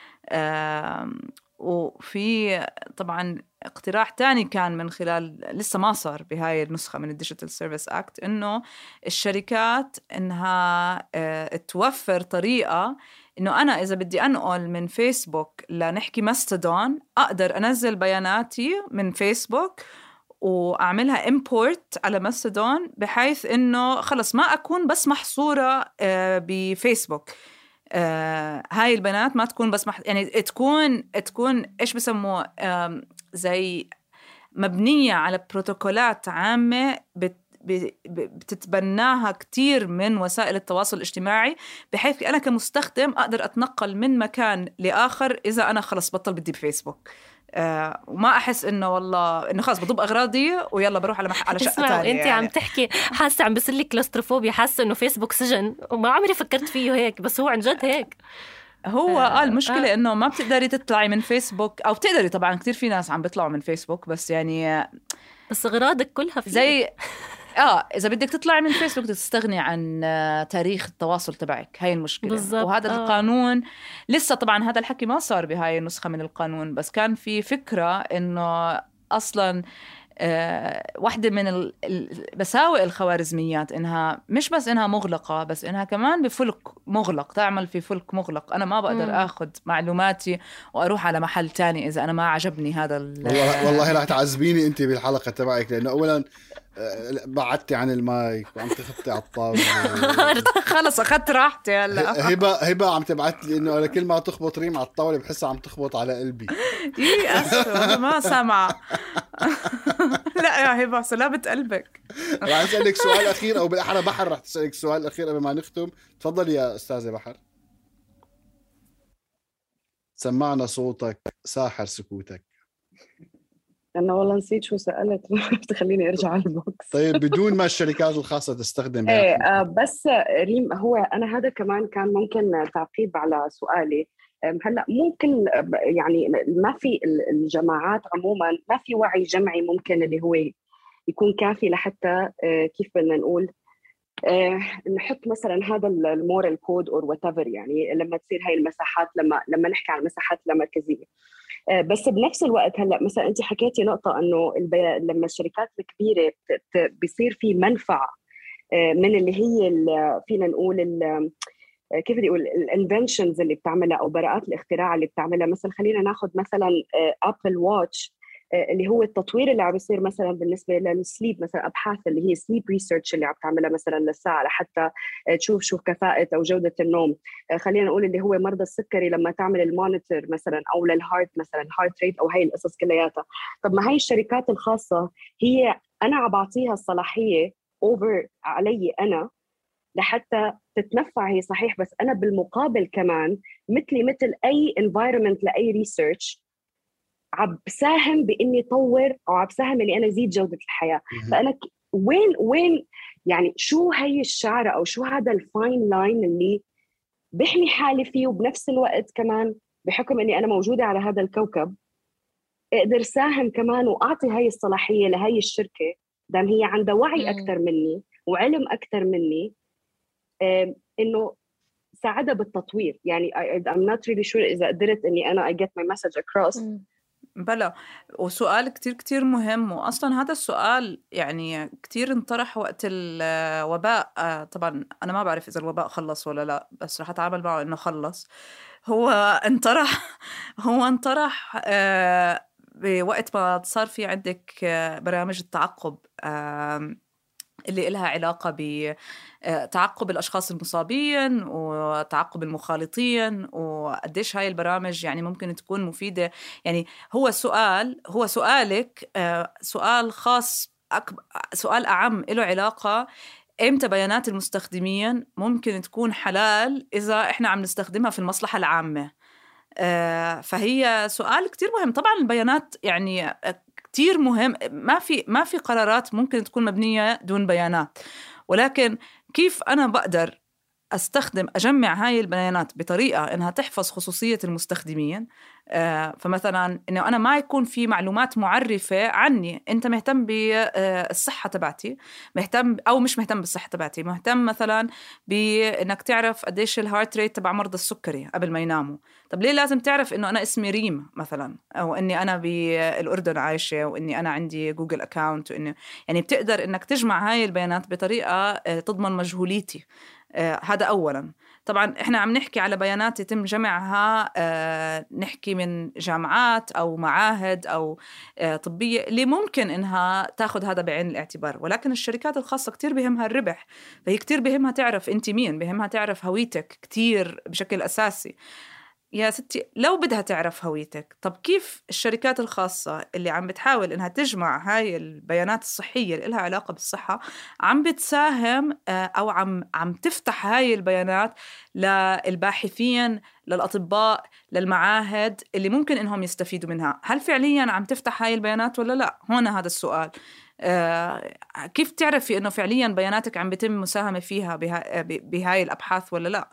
وفي طبعا اقتراح تاني كان من خلال لسه ما صار بهاي النسخة من الديجيتال سيرفيس أكت، إنه الشركات إنها توفر طريقة إنه أنا إذا بدي أنقل من فيسبوك لنحكي ماستودون أقدر أنزل بياناتي من فيسبوك وأعملها import على ماستودون، بحيث إنه خلص ما أكون بس محصورة بفيسبوك. هاي البيانات ما تكون بس يعني تكون إيش بسموه زي مبنية على بروتوكولات عامة بتتبناها كتير من وسائل التواصل الاجتماعي، بحيث أنا كمستخدم أقدر أتنقل من مكان لآخر إذا أنا خلص بطل بدي بفيسبوك، وما أحس إنه والله إنه خلاص بضب أغراضي ويلا بروح على شقة تانية.
أنت يعني عم تحكي حاسة عم بسلك كلاستروفوبيا، حاسة إنه فيسبوك سجن، وما عمري فكرت فيه هيك، بس هو عن جد هيك.
هو المشكلة إنه ما بتقدري تطلعي من فيسبوك، أو بتقدري طبعا كتير في ناس عم بيطلعوا من فيسبوك، بس يعني
بس أغراضك كلها فيه.
زي إذا بدك تطلعي من فيسبوك تستغني عن تاريخ التواصل تبعك، هاي المشكلة بالزبط. وهذا القانون لسه طبعا هذا الحكي ما صار بهاي النسخة من القانون، بس كان في فكرة إنه أصلا واحدة من مساوئ الخوارزميات إنها مش بس إنها مغلقة، بس إنها كمان بفلك مغلق، تعمل في فلك مغلق. أنا ما بقدر أخذ معلوماتي وأروح على محل تاني إذا أنا ما عجبني هذا
والله راح تعذبيني أنت بالحلقة تبعك، لأنه أولا بعدتي عن المايك وعم تخطي على الطاولة
خلص أخذت راحتي هلا.
هبة عم تبعت لي إنه كل ما تخبط ريم على الطاولة بحسها عم تخبط على قلبي.
أسف ما سامعة. لا يا هبة سلامة قلبك.
راح أسألك سؤال أخير، أو بالأحرى بحر راح تسألك سؤال أخير قبل ما نختم. تفضل يا أستاذة بحر. سمعنا صوتك ساحر سكوتك.
أنا والله نسيت شو سألت. تخليني أرجع على البوكس.
طيب بدون ما الشركات الخاصة تستخدم
بس ريم، هو أنا هذا كمان كان ممكن تعقيب على سؤالي. هلأ ممكن يعني ما في الجماعات عموما ما في وعي جمعي ممكن اللي هو يكون كافي لحتى كيف بدنا نقول نحط مثلا هذا المورال كود أو whatever، يعني لما تصير هاي المساحات، لما نحكي عن المساحات اللامركزية. بس بنفس الوقت هلا مثلا انت حكيتي نقطه انه لما الشركات الكبيره بيصير في منفعه من اللي هي فينا نقول كيف بدي اقول الانفنشنز اللي بتعملها او براءات الاختراع اللي بتعملها. مثلا خلينا ناخذ مثلا ابل واتش اللي هو التطوير اللي عم بيصير مثلا بالنسبه للسليب، مثلا ابحاث اللي هي سليب ريسيرش اللي عم تعملها مثلا للساعه لحتى تشوف شو كفاءه او جوده النوم. خلينا نقول اللي هو مرضى السكري لما تعمل المونيتور مثلا، او للهارت مثلا هارت ريت، او هاي القصص كلياتها. طب ما هاي الشركات الخاصه هي انا عم بعطيها الصلاحيه اوفر علي انا لحتى تتنفع هي صحيح، بس انا بالمقابل كمان مثل اي environment لاي ريسيرش عم بساهم بإني طور أو عم بساهم إني أنا زيد جودة الحياة. فأنا وين يعني شو هي الشعرة أو شو هذا الفاين لاين اللي بحمي حالي فيه، وبنفس الوقت كمان بحكم إني أنا موجودة على هذا الكوكب أقدر ساهم كمان وأعطي هاي الصلاحية لهاي الشركة دام هي عندها وعي أكتر مني وعلم أكتر مني، إنه ساعدها بالتطوير. يعني I'm not really sure إذا قدرت إني أنا I get my message across.
بلا. وسؤال كتير مهم، وأصلا هذا السؤال يعني كتير انطرح وقت الوباء. طبعا أنا ما بعرف إذا الوباء خلص ولا لا، بس رح أتعامل معه إنه خلص. هو انطرح بوقت ما صار في عندك برامج التعقب اللي إلها علاقة بتعقب الأشخاص المصابين وتعقب المخالطين، وقديش هاي البرامج يعني ممكن تكون مفيدة. يعني هو سؤالك سؤال خاص، سؤال أعم له علاقة إمتى بيانات المستخدمين ممكن تكون حلال إذا إحنا عم نستخدمها في المصلحة العامة. فهي سؤال كتير مهم. طبعا البيانات يعني كتير مهم، ما في قرارات ممكن تكون مبنية دون بيانات، ولكن كيف أنا بقدر أجمع هاي البيانات بطريقة إنها تحفظ خصوصية المستخدمين. فمثلا إنه أنا ما يكون في معلومات معرفة عني. أنت مهتم بالصحة تبعتي، مهتم أو مش مهتم بالصحة تبعتي، مهتم مثلا بإنك تعرف قديش الهارت ريت تبع مرضى السكري قبل ما يناموا. طب ليه لازم تعرف إنه أنا اسمي ريم مثلا، أو إني أنا بالأردن عايشة، وإني أنا عندي جوجل أكاونت، وإنه يعني بتقدر إنك تجمع هاي البيانات بطريقة تضمن مجهوليتي. هذا أولاً. طبعاً إحنا عم نحكي على بيانات يتم جمعها نحكي من جامعات أو معاهد أو طبية اللي ممكن إنها تاخد هذا بعين الاعتبار، ولكن الشركات الخاصة كتير بهمها الربح، فهي كتير بهمها تعرف أنت مين، بهمها تعرف هويتك كتير بشكل أساسي. يا ستي لو بدها تعرف هويتك، طب كيف الشركات الخاصة اللي عم بتحاول إنها تجمع هاي البيانات الصحية اللي لها علاقة بالصحة عم بتساهم أو عم تفتح هاي البيانات للباحثين، للأطباء، للمعاهد اللي ممكن إنهم يستفيدوا منها؟ هل فعلياً عم تفتح هاي البيانات ولا لا؟ هنا هذا السؤال. كيف تعرفي إنه فعلياً بياناتك عم بيتم مساهمة فيها بهاي الأبحاث ولا لا؟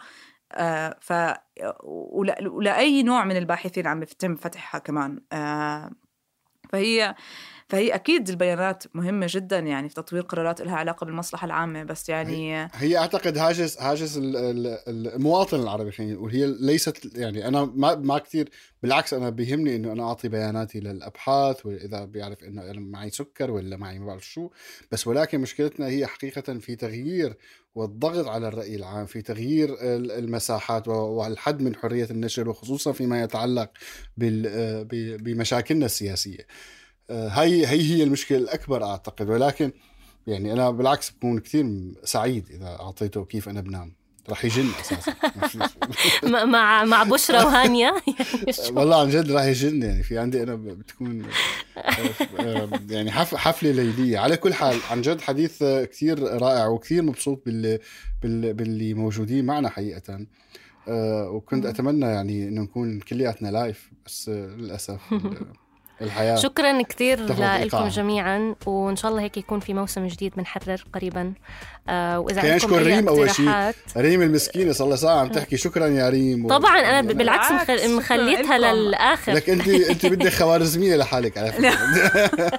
ولا أي نوع من الباحثين عم يتم فتحها كمان. فهي أكيد البيانات مهمة جدا يعني في تطوير قرارات لها علاقة بالمصلحة العامة، بس يعني
هي أعتقد هاجس المواطن العربي خلينا نقول. هي ليست يعني أنا ما كتير، بالعكس أنا بيهمني إنه أنا أعطي بياناتي للأبحاث، وإذا بيعرف إنه أنا معي سكر ولا معي ما بعرف شو. بس ولكن مشكلتنا هي حقيقة في تغيير والضغط على الرأي العام، في تغيير المساحات والحد من حرية النشر، وخصوصا فيما يتعلق بمشاكلنا السياسية. هي المشكلة الأكبر أعتقد. ولكن يعني أنا بالعكس بكون كثير سعيد إذا أعطيته كيف أنا بنام، راح يجن أساسا
مع بشرى وهانيا
والله عن جد راح يجن. يعني في عندي أنا بتكون يعني حفلة ليلية. على كل حال عن جد حديث كثير رائع، وكثير مبسوط باللي موجودين معنا حقيقة. وكنت أتمنى يعني إنه نكون كلياتنا لايف، بس للأسف الحياة.
شكرا كتير لكم جميعا، وإن شاء الله هيك يكون في موسم جديد بنحرر قريبا. وإذا عندكم أي
ريم
اقتراحات.
ريم المسكينة صلى الله ساعة عم تحكي شكرا يا ريم.
طبعا أنا بالعكس مخليتها للآخر.
لك أنت بدك خوارزمية لحالك على فكرة.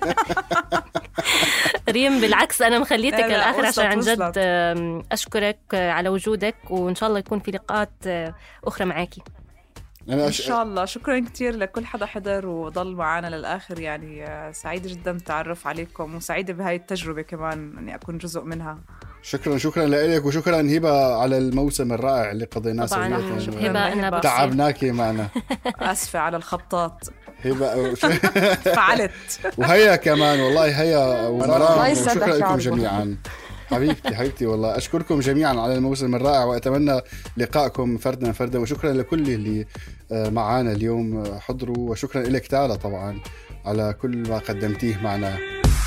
ريم بالعكس أنا مخليتك للآخر عشان عن جد أشكرك على وجودك، وإن شاء الله يكون في لقاءات أخرى معاكي
إن شاء الله. شكرا كتير لكل حدا حضر وضل معنا للآخر. يعني سعيدة جدا بالتعرف عليكم، وسعيدة بهاي التجربة كمان أني أكون جزء منها.
شكرا لك، وشكرا هبة على الموسم الرائع اللي قضيناه
سويا.
تعبناكي معنا.
أسفة على الخبطات
هبة
فعلت.
وهيا كمان والله هيا ومرام، وشكرا لكم جميعا. حبيبتي والله أشكركم جميعا على الموسم الرائع، وأتمنى لقائكم فردا. وشكرا لكل اللي معانا اليوم حضروا، وشكرا لك تالا طبعا على كل ما قدمتيه معنا.